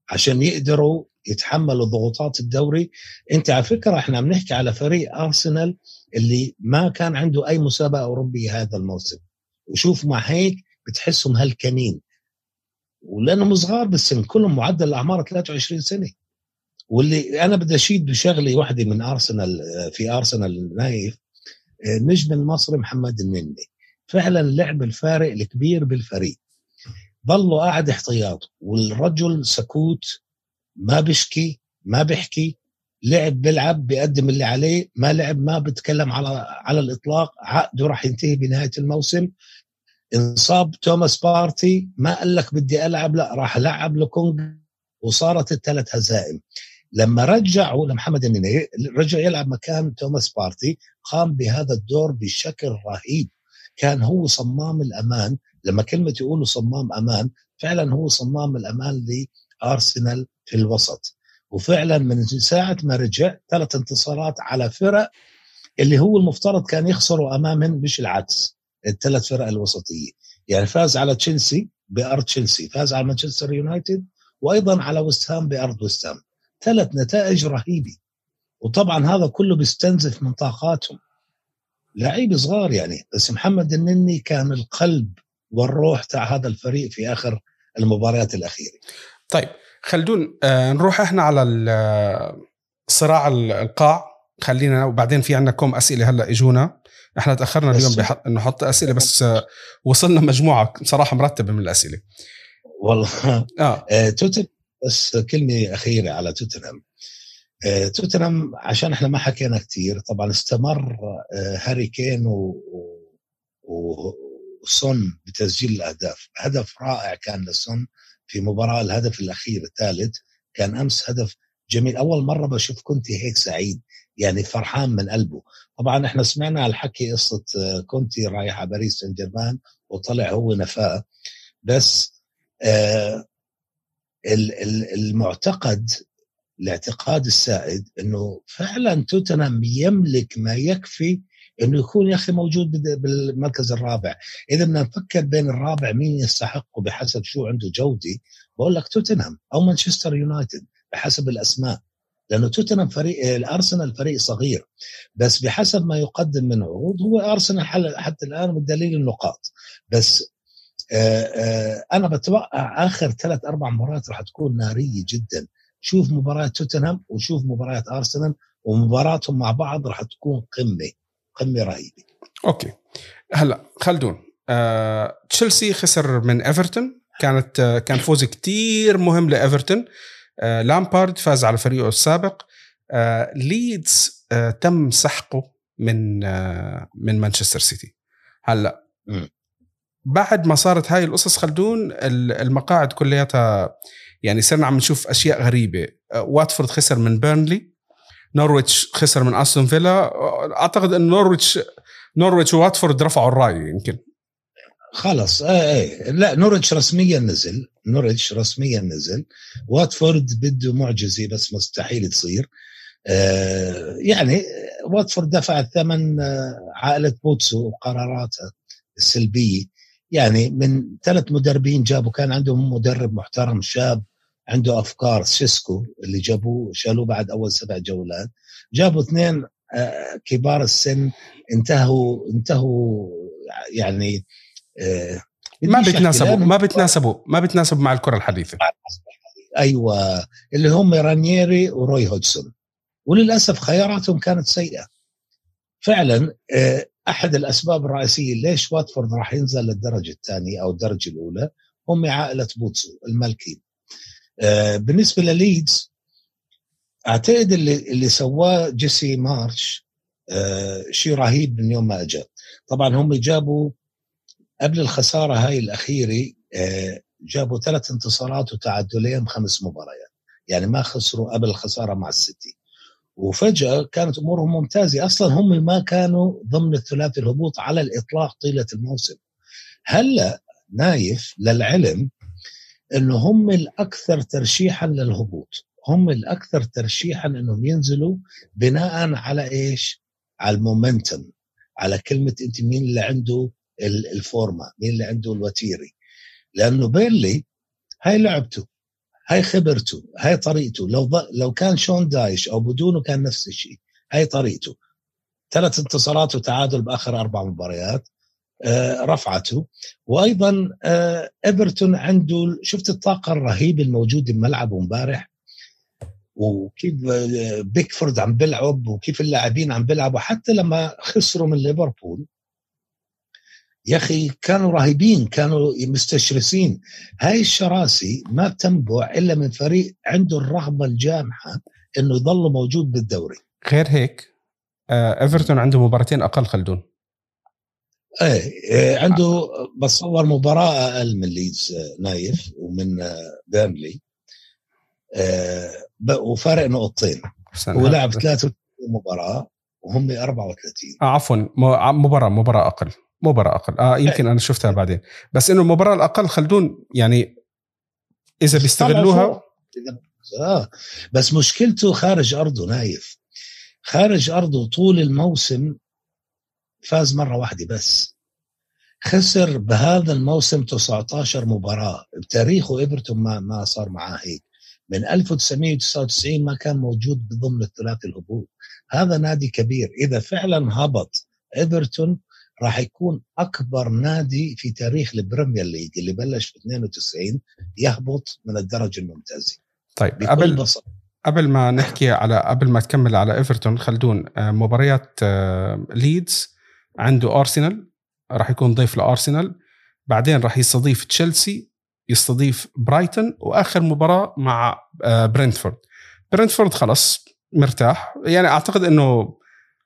عشان يقدروا يتحملوا ضغوطات الدوري. انت على فكرة احنا بنحكي على فريق أرسنال اللي ما كان عنده أي مسابقة أوروبية هذا الموسم، وشوف مع هيك بتحسهم هالكنين، ولأنهم صغار بالسن، كلهم معدل الأعمار ثلاثة وعشرين سنة. واللي أنا بدي أشيد بشغلي واحدة من أرسنال، في أرسنال نايف، نجم المصري محمد النني فعلا لعب الفارق الكبير بالفريق، ظلوا قاعد احتياط والرجل سكوت، ما بشكي ما بحكي، لعب بلعب بيقدم اللي عليه، ما لعب ما بتكلم على على الإطلاق. عقده راح ينتهي بنهاية الموسم. انصاب توماس بارتي، ما قال لك بدي ألعب، لا راح لعب لكونغ، وصارت الثلاث هزائم. لما رجعوا لمحمد النني رجع يلعب مكان توماس بارتي، قام بهذا الدور بشكل رهيب. كان هو صمام الأمان، لما كلمة يقولوا صمام أمان فعلا هو صمام الأمان لأرسنال في الوسط. وفعلا من ساعة ما رجع ثلاث انتصارات على فرق اللي هو المفترض كان يخسروا أمامهم، مش العكس، الثلاث فرق الوسطية. يعني فاز على تشيلسي بأرض تشيلسي، فاز على مانشستر يونايتد، وأيضا على ويست هام بأرض ويست هام. ثلاث نتائج رهيبة، وطبعا هذا كله بيستنزف من طاقاتهم، لعيب صغار يعني. بس محمد النني كان القلب والروح تاع هذا الفريق في آخر المباريات الأخيرة. طيب خلدون، آه نروح احنا على صراع القاع، خلينا وبعدين في عنا كم أسئلة هلأ إجونا، احنا تأخرنا اليوم بحط انه حط أسئلة، بس آه وصلنا مجموعة صراحة مرتبة من الأسئلة والله. آه. آه توتن، بس كلمة أخيرة على توتنهام. آه توتنهام عشان احنا ما حكينا كتير، طبعا استمر آه هاري كين و... و... وصن بتسجيل الأهداف. هدف رائع كان لصن في مباراة، الهدف الأخير الثالث كان أمس هدف جميل. أول مرة بشوف كونتي هيك سعيد، يعني فرحان من قلبه. طبعا احنا سمعنا الحكي قصة كونتي رايح على باريس سان جيرمان وطلع هو نفاه، بس آه المعتقد الاعتقاد السائد انه فعلا توتنهام يملك ما يكفي انه يكون يا اخي موجود بالمركز الرابع. اذا بدنا نفكر بين الرابع مين يستحقه بحسب شو عنده جودي، بقول لك توتنهام او مانشستر يونايتد بحسب الاسماء، لانه توتنهام فريق، الارسنال فريق صغير، بس بحسب ما يقدم من عروض هو ارسنال حتى الان والدليل النقاط. بس آآ آآ انا بتوقع اخر ثلاث اربع مباريات راح تكون ناريه جدا. شوف مباراه توتنهام وشوف مباراه ارسنال، ومباراتهم مع بعض راح تكون قمه قمه رهيبه. اوكي هلا خلدون، آه، تشيلسي خسر من ايفرتون، كانت آه، كان فوز كتير مهم لايفرتون. آه، لامبارد فاز على فريقه السابق. آه، ليدز آه، تم سحقه من آه، من مانشستر سيتي. هلا م. بعد ما صارت هاي القصص خلدون، المقاعد كلياتها يعني صرنا عم نشوف اشياء غريبه. آه، واتفورد خسر من بيرنلي، نورويتش خسر من أستون فيلا. اعتقد ان نورويتش نورويتش وواتفورد رفعوا الراي يمكن خلص. آه آه. لا نوريتش رسميا نزل، نوريتش رسميا نزل. واتفورد بده معجزة بس مستحيل تصير. آه يعني واتفورد دفع الثمن، آه عائلة بوتسو وقراراتها السلبية. يعني من ثلاث مدربين جابوا، كان عندهم مدرب محترم شاب عنده أفكار، سيسكو اللي جابوه شالوه بعد أول سبع جولات، جابوا اثنين آه كبار السن انتهوا انتهوا يعني آه ما بيتناسبوا ما بيتناسبوا ما بيتناسبوا مع الكرة الحديثة. أيوة، اللي هم رانييري وروي هودسون، وللأسف خياراتهم كانت سيئة فعلا. آه أحد الأسباب الرئيسية ليش واتفورد راح ينزل للدرجة الثانية أو الدرجة الأولى هم عائلة بوتسو المالكين. آه بالنسبة لليدز، أعتقد اللي, اللي سواه جيسي مارش آه شيء رهيب من يوم ما أجا. طبعا هم جابوا قبل الخسارة هاي الأخيرة آه جابوا ثلاث انتصارات وتعادلين خمس مباريات، يعني ما خسروا قبل الخسارة مع السيتي، وفجأة كانت أمورهم ممتازة. أصلا هم ما كانوا ضمن الثلاثي الهبوط على الإطلاق طيلة الموسم. هلأ نايف للعلم أنه هم الأكثر ترشيحا للهبوط، هم الأكثر ترشيحا أنهم ينزلوا بناء على إيش؟ على المومنتم، على كلمة أنت مين اللي عنده الفورمة، مين اللي عنده الوتيري. لأنه بيرلي هاي لعبته، هاي خبرته، هاي طريقته. لو ض... لو كان شون دايش او بدونه كان نفس الشيء. هاي طريقته، ثلاث انتصارات وتعادل باخر اربع مباريات آه رفعته. وايضا آه ايفرتون عنده، شفت الطاقه الرهيبه الموجوده بملعبه امبارح، وكيف بيكفورد عم بيلعب وكيف اللاعبين عم بيلعبوا. حتى لما خسروا من ليفربول يا أخي كانوا رهيبين، كانوا مستشرسين. هاي الشراسي ما بتنبع إلا من فريق عنده الرغبة الجامحة إنه يضل موجود بالدوري. غير هيك إيفرتون عنده مباراتين أقل خلدون. ايه عنده بتصور مباراة أقل من ليدز نايف ومن بيرنلي، وفارق نقطتين. هو لعب ثلاثة مباراة وهم أربعة وثلاثين. آه عفوا مباراة مباراة أقل مباراة أقل آه يمكن أنا شفتها بعدين. بس إنه المباراة الأقل خلدون يعني إذا بيستغلوها آه. بس مشكلته خارج أرضه نايف، خارج أرضه طول الموسم فاز مرة واحدة بس. خسر بهذا الموسم تسعة عشر مباراة بتاريخه. إيفرتون ما ما صار معاه هيك من ألف وتسعمية وتسعة وتسعين، ما كان موجود بضمن الثلاث الهبوط. هذا نادي كبير. إذا فعلا هبط إيفرتون راح يكون أكبر نادي في تاريخ البريمير ليج اللي بلش في اثنين وتسعين يهبط من الدرجة الممتازة. طيب قبل بصر. قبل ما نحكي على قبل ما تكمل على إيفرتون خلدون، مباريات ليدز عنده أرسنال، راح يكون ضيف لأرسنال، بعدين راح يستضيف تشيلسي، يستضيف برايتون، وآخر مباراة مع برينتفورد. برينتفورد خلص مرتاح يعني، أعتقد أنه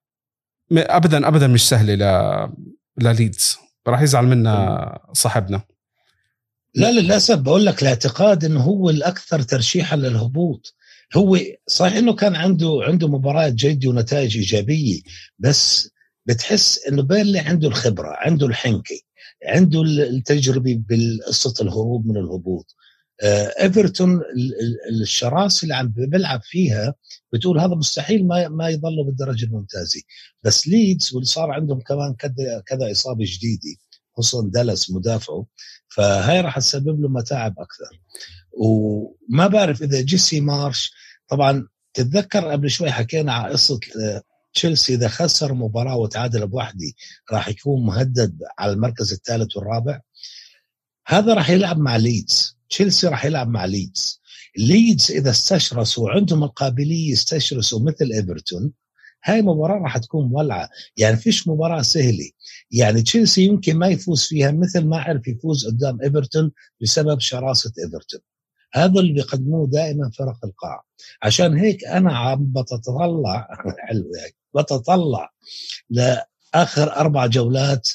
أبدا أبدا مش سهل ل لليدز، راح يزعل منا صاحبنا. لا للأسف بقول لك الاعتقاد أنه هو الأكثر ترشيحا للهبوط. هو صحيح أنه كان عنده عنده مباريات جيدة ونتائج إيجابية، بس بتحس أنه بيرلي عنده الخبرة، عنده الحنكة، عنده التجربة بالقصة الهروب من الهبوط. إيفرتون الشراسة اللي عم بيلعب فيها بتقول هذا مستحيل ما ما يضلوا بالدرجة الممتازة. بس ليدز واللي صار عندهم كمان كذا كذا إصابة جديدة، خصوصا دالاس مدافعه، فهاي راح تسبب له متاعب أكثر. وما بعرف إذا جيسي مارش، طبعا تتذكر قبل شوي حكينا على قصة تشيلسي إذا خسر مباراة وتعادل بوحدة راح يكون مهدد على المركز الثالث والرابع. هذا راح يلعب مع ليدز. تشيلسي راح يلعب مع ليدز. ليدز إذا استشرسوا عندهم القابلية يستشرسوا مثل إيفرتون، هاي مباراة راح تكون مولعة. يعني فيش مباراة سهلة. يعني تشيلسي يمكن ما يفوز فيها مثل ما عرف يفوز قدام إيفرتون بسبب شراسة إيفرتون. هذا اللي بيقدموه دائما فرق القاع. عشان هيك أنا عم بتطلع حلو يعني بتطلع لآخر أربع جولات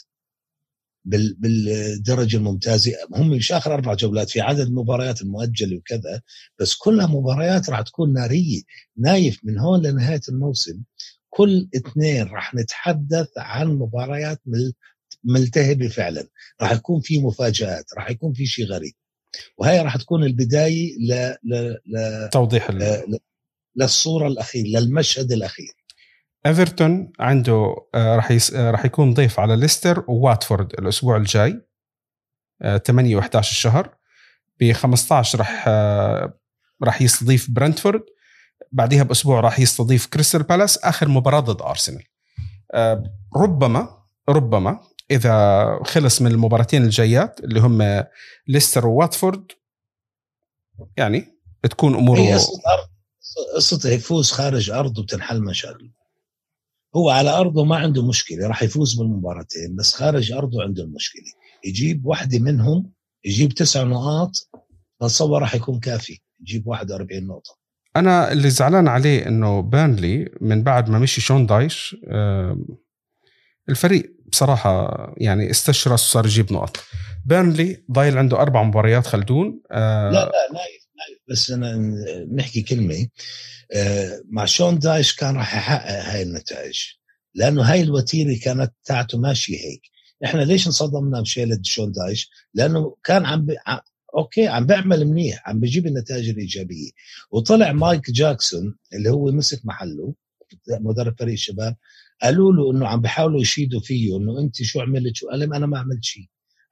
بالدرجة الممتازة. هم مش آخر أربع جولات، في عدد مباريات المؤجلة وكذا، بس كلها مباريات راح تكون نارية. نايف من هون لنهاية الموسم كل اثنين راح نتحدث عن مباريات ملتهبة فعلا. راح يكون في مفاجآت، راح يكون في شيء غريب، وهي راح تكون البداية ل... ل... ل... توضيح ل... للصورة الأخيرة، للمشهد الأخير. إيفرتون عنده راح يس... راح يكون ضيف على ليستر وواتفورد الأسبوع الجاي ثمانية وإحدى عشر الشهر. بخمسة عشر راح راح يستضيف برنتفورد، بعدها بأسبوع راح يستضيف كريستال بالاس، آخر مباراة ضد أرسنال. ربما ربما إذا خلص من المباراتين الجايات اللي هم ليستر وواتفورد يعني تكون أموره قصة يفوز خارج أرضه وتنحل مشاكله. هو على أرضه ما عنده مشكلة، راح يفوز بالمباراتين، بس خارج أرضه عنده المشكلة. يجيب واحدة منهم، يجيب تسع نقاط، بتصور راح يكون كافي يجيب واحد وأربعين نقطة. أنا اللي زعلان عليه إنه بيرنلي من بعد ما مشي شون دايش الفريق بصراحة يعني استشرس وصار يجيب نقط. بيرنلي ضايل عنده أربع مباريات خلدون. لا لا نايف نايف بس أنا نحكي كلمة. مع شون دايش كان راح يحقق هاي النتائج، لأنه هاي الوتيرة كانت تاعته ماشية هيك. إحنا ليش انصدمنا بشيلة شون دايش؟ لأنه كان عم ب... أوكي عم بيعمل منيح، عم بيجيب النتائج الإيجابية. وطلع مايك جاكسون اللي هو مسك محله مدرب فريق الشباب، قالوا له إنه عم بيحاولوا يشيدوا فيه إنه أنت شو عملت، شو قال؟ أنا ما عملت شيء،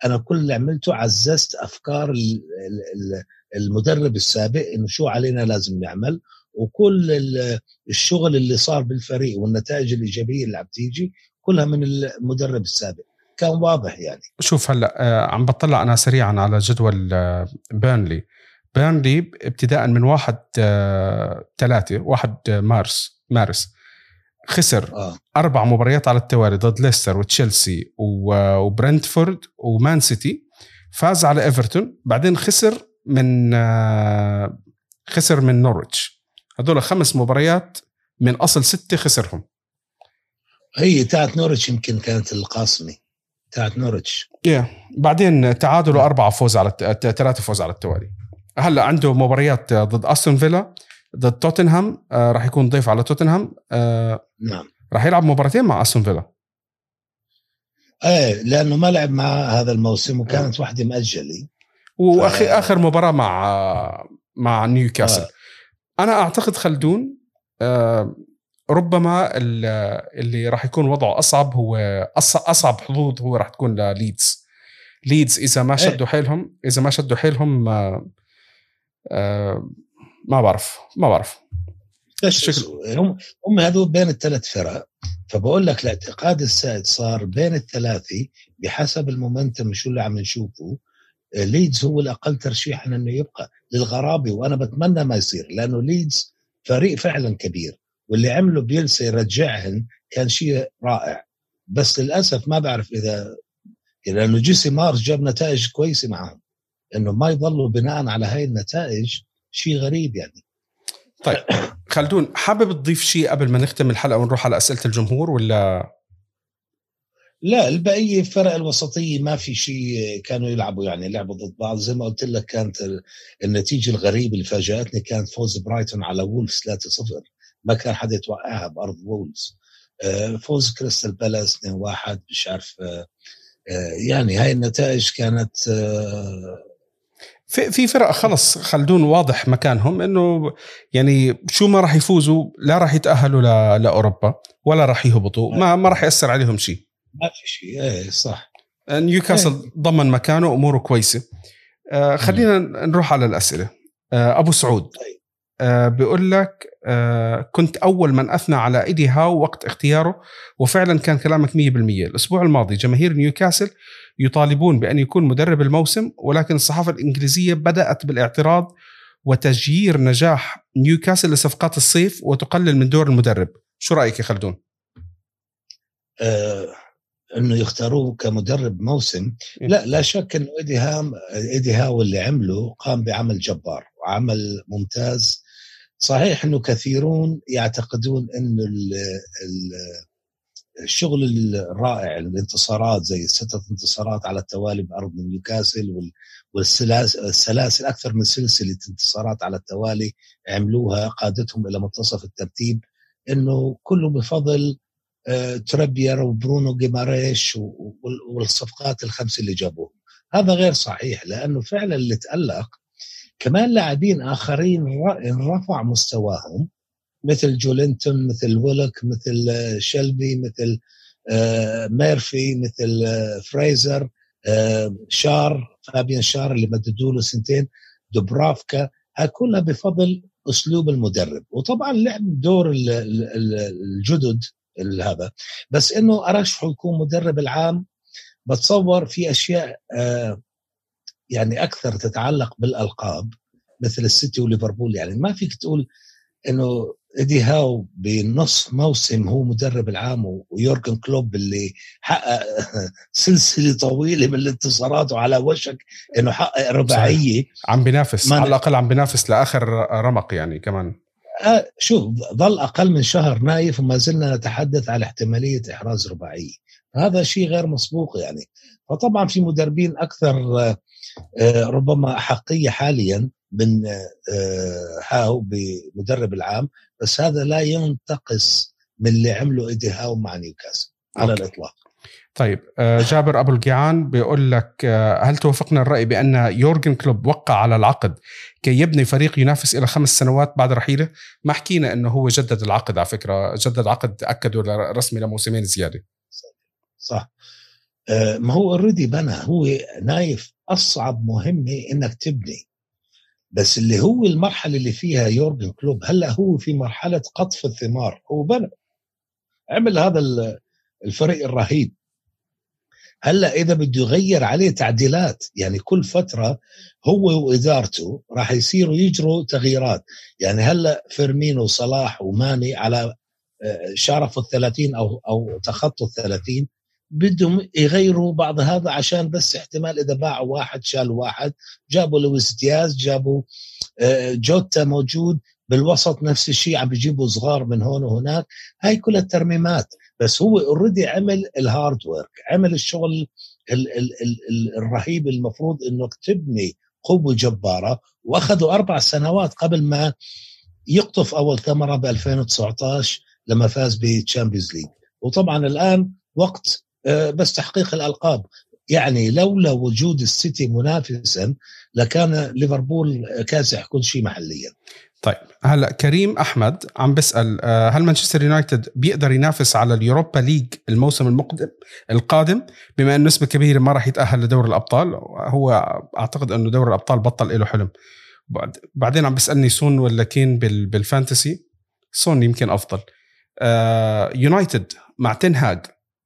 أنا كل اللي عملته عززت أفكار المدرب السابق إنه شو علينا لازم نعمل، وكل الشغل اللي صار بالفريق والنتائج الإيجابية اللي عم تيجي كلها من المدرب السابق، كان واضح يعني. شوف هلا آه عم بطلع أنا سريعا على جدول آه بيرنلي بيرنلي ابتداء من واحد آه ثلاثة واحد آه مارس مارس خسر آه. أربع مباريات على التوالي ضد ليستر وتشيلسي وبرنتفورد ومان سيتي، فاز على إيفرتون، بعدين خسر من آه خسر من نورويتش. هذول خمس مباريات من أصل ستة خسرهم. هي تاعت نورويتش يمكن كانت القاسمة تاعت نورويتش. yeah. بعدين تعادل أربعة فوز على ثلاثة فوز على التوالي. هلا عنده مباريات ضد أستون فيلا، ضد توتنهام، آه راح يكون ضيف على توتنهام. آه نعم. راح يلعب مباراتين مع أستون فيلا. ايه لأنه ما لعب مع هذا الموسم وكانت آه. واحدة مأجلة. وأخي ف... آخر مباراة مع مع نيوكاسل. آه. أنا أعتقد خلدون آه ربما اللي راح يكون وضعه أصعب هو أصعب حظوظ هو راح تكون لليدز. ليدز إذا ما شدوا حيلهم إذا ما شدوا حيلهم آه آه ما بعرف ما بعرف هم هم هذول بين الثلاث فرق، فبقول لك الاعتقاد السائد صار بين الثلاثة بحسب المومنتم شو اللي عم نشوفه. ليدز هو الأقل ترشيحا أنه يبقى للغرابة، وأنا بتمنى ما يصير لأنه ليدز فريق فعلا كبير، واللي عمله بيلسا يرجعهن كان شيء رائع، بس للأسف ما بعرف إذا لأنه جيسي مارس جاب نتائج كويسة معهم، إنه ما يضلوا بناء على هاي النتائج شيء غريب يعني. طيب خلدون، حابب تضيف شيء قبل ما نختم الحلقة ونروح على أسئلة الجمهور ولا؟ لا، البقية فرق الوسطية ما في شيء، كانوا يلعبوا يعني لعبوا ضد بعض زي ما قلت لك. كانت النتيجة الغريبة اللي فاجأتني كانت فوز برايتون على وولفز ثلاثة صفر، ما كان حدا يتوقعها بأرض وولفز. فوز كريستال بالاس اثنين واحد مش عارف يعني. هاي النتائج كانت في في فرق خلص خلدون واضح مكانهم، انه يعني شو ما راح يفوزوا لا راح يتأهلوا لأوروبا ولا راح يهبطوا، ما ما راح يأثر عليهم شيء، ما في شيء. ايه صح. نيوكاسل ايه. ضمن مكانه، اموره كويسه. آه خلينا نروح على الأسئلة. آه ابو سعود طيب. آه بيقول لك آه كنت أول من أثنى على إيدي هاو وقت اختياره، وفعلا كان كلامك مية بالمية. الأسبوع الماضي جماهير نيوكاسل يطالبون بأن يكون مدرب الموسم، ولكن الصحافة الإنجليزية بدأت بالاعتراض وتجيير نجاح نيوكاسل لصفقات الصيف وتقلل من دور المدرب. شو رأيك يا خلدون؟ آه انه يختاروه كمدرب موسم. لا لا شك انه ايدي هام ايدي هاو اللي عمله قام بعمل جبار وعمل ممتاز. صحيح انه كثيرون يعتقدون انه الشغل الرائع، الانتصارات زي ستة انتصارات على التوالي بأرض نيوكاسل والسلاسل أكثر من سلسلة انتصارات على التوالي عملوها قادتهم إلى منتصف الترتيب، إنه كله بفضل تريبير وبرونو جيماريش والصفقات الخمسة اللي جابوهم. هذا غير صحيح، لأنه فعلا اللي تألق كمان لاعبين آخرين رفع مستواهم، مثل جولينتون، مثل ويلك، مثل شلبي، مثل ميرفي، مثل فريزر، شار فابيان شار اللي مددوا له سنتين، دوبرافكا. هكلها بفضل أسلوب المدرب، وطبعا لعب دور الجدد هذا. بس إنه أرشحه يكون مدرب العام، بتصور في أشياء يعني أكثر تتعلق بالألقاب مثل السيتي وليفربول. يعني ما فيك تقول إنه إيدي هاو بنص موسم هو مدرب العام، ويورجن كلوب اللي حقق سلسلة طويلة من الانتصارات وعلى وشك إنه حقق رباعية، عم بينافس على الأقل عم بينافس لآخر رمق يعني كمان. آه شوف، ظل أقل من شهر نايف وما زلنا نتحدث على احتمالية إحراز رباعية. هذا شيء غير مسبوق يعني. فطبعا في مدربين أكثر آه ربما أحقية حاليا من هاو بمدرب العام، بس هذا لا ينتقص من اللي عمله إيدي هاو مع نيوكاسل على أوكي. الإطلاق. طيب جابر أبو الجيعان بيقول لك هل توافقنا الرأي بأن يورجن كلوب وقع على العقد كي يبني فريق ينافس إلى خمس سنوات بعد رحيله؟ ما حكينا أنه هو جدد العقد، على فكرة جدد عقد أكدوا رسمي لموسمين زيادة. صح. آه ما هو اوريدي بنى. هو نايف أصعب مهمة إنك تبني، بس اللي هو المرحلة اللي فيها يورجن كلوب هلأ هو في مرحلة قطف الثمار. هو بنى، عمل هذا الفريق الرهيب. هلا اذا بده يغير عليه تعديلات، يعني كل فتره هو وادارته راح يصيروا يجروا تغييرات. يعني هلا فيرمينو وصلاح وماني على شارفوا الثلاثين او او تخطوا الثلاثين، بدهم يغيروا بعض هذا عشان بس احتمال اذا باعوا واحد شالوا واحد. جابوا لويس دياز، جابوا جوتا موجود بالوسط، نفس الشيء عم بيجيبوا صغار من هون وهناك. هاي كلها الترميمات. بس هو اوريدي عمل الهارد ورك، عمل الشغل ال ال ال الرهيب. المفروض انه تبني قوة جبارة، واخذوا اربع سنوات قبل ما يقطف اول ثمرة ب ألفين وتسعطعش لما فاز بالتشامبيونز ليج. وطبعا الان وقت بس تحقيق الالقاب. يعني لولا وجود السيتي منافسا لكان ليفربول كاسح كل شيء محليا. طيب هلا كريم احمد عم بسال هل مانشستر يونايتد بيقدر ينافس على اليوروبا ليج الموسم المقدم القادم، بما ان نسبه كبيره ما راح يتاهل لدوري الابطال؟ هو اعتقد انه دوري الابطال بطل له حلم. بعدين عم بسالني سون ولا كين بالفانتسي. سون يمكن افضل. يونايتد مع تنهاج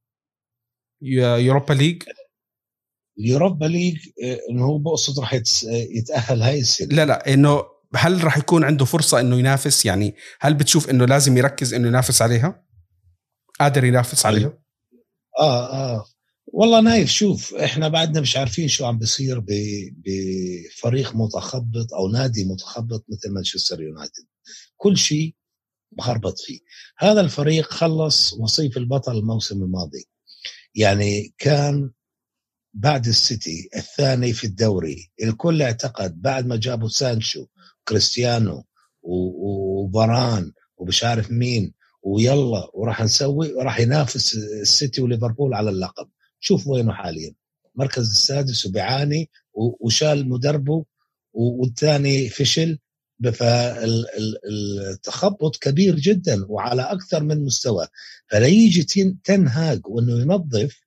يوروبا ليج. اليوروبا ليج انه هو بقصد راح يتاهل هاي السنه. لا لا انه هل راح يكون عنده فرصة إنه ينافس؟ يعني هل بتشوف إنه لازم يركز إنه ينافس عليها؟ قادر ينافس عليها؟ آه آه والله نايف، شوف إحنا بعدنا مش عارفين شو عم بيصير بفريق متخبط أو نادي متخبط مثل مانشستر يونايتد. كل شيء مخربط فيه. هذا الفريق خلص وصيف البطل الموسم الماضي، يعني كان بعد السيتي الثاني في الدوري. الكل اعتقد بعد ما جابوا سانشو كريستيانو وباران ومش عارف مين ويلا وراح نسوي وراح ينافس السيتي وليفربول على اللقب. شوف وينه حاليا، مركز السادس وبيعاني وشال مدربه والثاني فشل. فالتخبط كبير جدا وعلى أكثر من مستوى. فليجي تنهاج وأنه ينظف،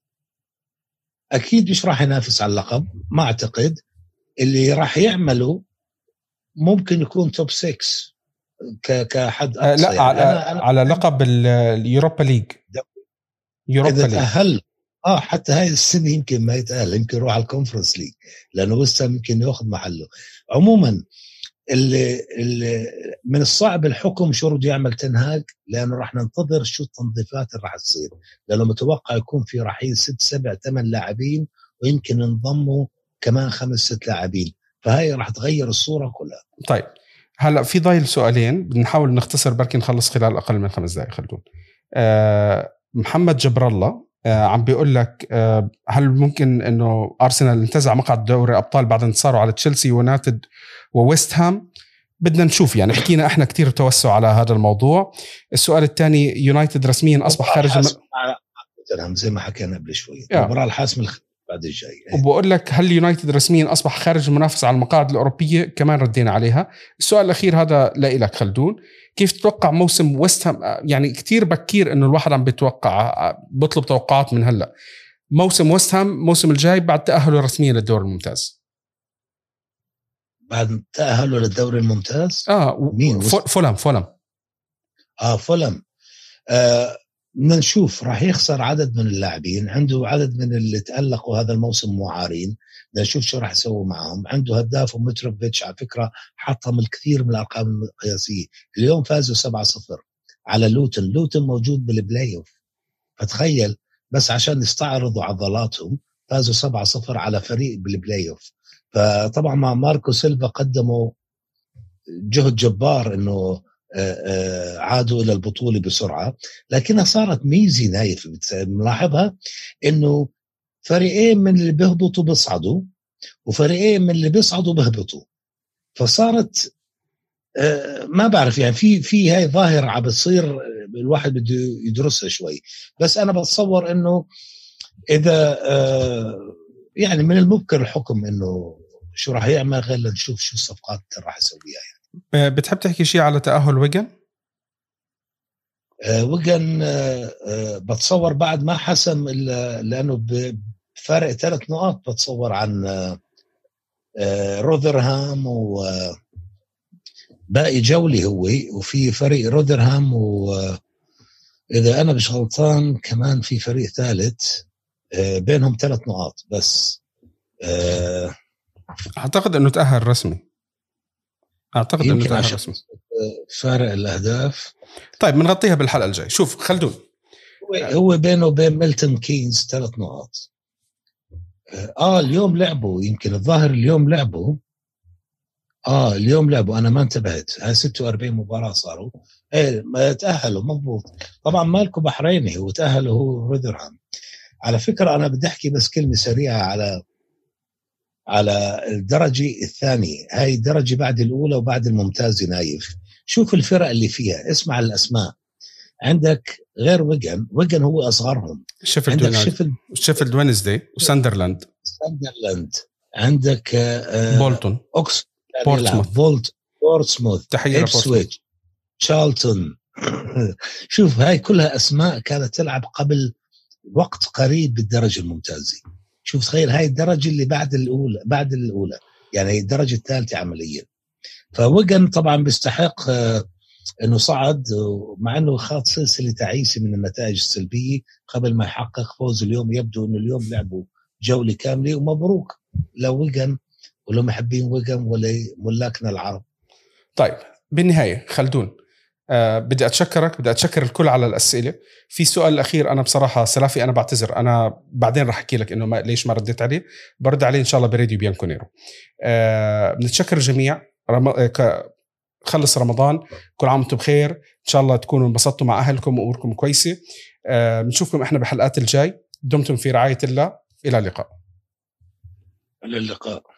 أكيد مش راح ينافس على اللقب. ما أعتقد. اللي راح يعمله ممكن يكون توب ستة كحد أقصى. لا يعني على, أنا أنا على لقب اليوروبا ليج. يوروبا إذا تأهل آه حتى هاي السنة يمكن ما يتأهل، يمكن يروح على الكونفرنس ليج لأنه وسام يمكن يأخذ محله. عموما اللي, اللي من الصعب الحكم شو بده يعمل تنهاج، لأنه راح ننتظر شو التنظيفات اللي راح تصير، لأنه متوقع يكون في رحيل ست سبع ثمان لاعبين ويمكن ننضموا كمان خمس ست لاعبين. فهاي راح تغير الصورة كلها. طيب هلأ في ضايل سؤالين بنحاول نختصر بركي نخلص خلال أقل من خمس دقائق. خلدون أه محمد جبر الله أه عم بيقول لك أه هل ممكن إنه أرسنال انتزع مقعد دوري الأبطال بعد انتصاره على تشيلسي ويونايتد وويست هام؟ بدنا نشوف، يعني حكينا احنا كتير توسع على هذا الموضوع. السؤال الثاني، يونايتد رسميا أصبح خارج الم... زي ما حكينا قبل شوي المباراة الحاسمة بعد الجاي. وبقول لك هل يونايتد رسميا أصبح خارج المنافسة على المقاعد الأوروبية؟ كمان ردينا عليها. السؤال الأخير هذا لإلك خلدون، كيف تتوقع موسم ويست هام؟ يعني كتير بكير إنه الواحد عم بيتوقع بطلب توقعات من هلأ. موسم ويست هام موسم الجاي بعد تأهله رسميا للدوري الممتاز. بعد تأهله للدوري الممتاز آه مين؟ فولام فولام آه فولام آه بدنا نشوف. راح يخسر عدد من اللاعبين، عنده عدد من اللي تألقوا هذا الموسم معارين. بدنا نشوف شو راح يسوي معهم. عنده هداف ومتروفيتش على فكرة حطم الكثير من الأرقام القياسية. اليوم فازوا سبعة صفر على لوتن. لوتن موجود بالبلاي اوف، فتخيل بس عشان يستعرضوا عضلاتهم فازوا سبعة صفر على فريق بالبلاي اوف. فطبعا مع ماركو سيلفا قدموا جهد جبار انه عادوا إلى البطولة بسرعة. لكنها صارت ميزة نايف ملاحظها، إنه فريقين من اللي بيهبطوا بيصعدوا وفريقين من اللي بيصعدوا بيهبطوا. فصارت ما بعرف يعني في في هاي ظاهرة عم بتصير، الواحد بده يدرسها شوي. بس أنا بتصور إنه إذا يعني من الممكن الحكم إنه شو راح يعمل غير لنشوف شو الصفقات اللي راح يسويها. يعني بتحب تحكي شيء على تأهل ويغن؟ ويجن بتصور بعد ما حسم لأنه بفارق ثلاث نقاط بتصور عن روذرهام وباقي جولة هو، وفي فريق روذرهام، وإذا أنا مش غلطان كمان في فريق ثالث بينهم ثلاث نقاط بس. أعتقد أنه تأهل رسمي، أعتقد أنه تأهل رسمي فارق الأهداف. طيب بنغطيها بالحلقة الجاي. شوف خلدون، هو بينه وبين ميلتون كينز ثلاث نقاط. آه اليوم لعبوا، يمكن الظاهر اليوم لعبوا آه اليوم لعبوا أنا ما انتبهت. هاي ستة وأربعين مباراة صاروا، إيه ما تأهلوا مضبوط. طبعا مالكو بحريني هو تأهل هو روذرهام. على فكرة أنا بدي أحكي بس كلمة سريعة على على الدرجة الثانية. هاي الدرجة بعد الأولى وبعد الممتاز نايف. شوف الفرق اللي فيها، اسمع الأسماء. عندك غير ويجن، ويجن هو أصغرهم. شيفيلد عندك شيفيلد شيفيلد وينزداي وساندرلاند. ساندرلاند عندك بولتون، أوكس، بورتسموث، بولت بورتسموث، إبسويتش، تشارلتون. شوف هاي كلها أسماء كانت تلعب قبل وقت قريب بالدرجة الممتازة. شوف تخيل هاي الدرجة اللي بعد الأولى، بعد الأولى يعني هي الدرجة الثالثة عمليا. فويجن طبعا بيستحق أنه صعد، مع أنه خاض سلسلة تعيسة من النتائج السلبية قبل ما يحقق فوز اليوم. يبدو أنه اليوم لعبوا جولة كاملة، ومبروك لويجن ولو محبين ويجن ولملاكنا العرب. طيب بالنهاية خلدون، أه بدي أتشكرك، بدي أتشكر الكل على الأسئلة. في سؤال الأخير أنا بصراحة سلافي أنا بعتذر، أنا بعدين رح أحكي لك إنه ما ليش ما رديت عليه، برد عليه إن شاء الله براديو بيانكونيرو. أه بنتشكر الجميع. رم... ك... خلص رمضان، كل عام وانتم بخير، إن شاء الله تكونوا انبسطتوا مع أهلكم وأموركم كويسة. أه بنشوفكم إحنا بحلقات الجاي. دمتم في رعاية الله، إلى اللقاء. إلى اللقاء.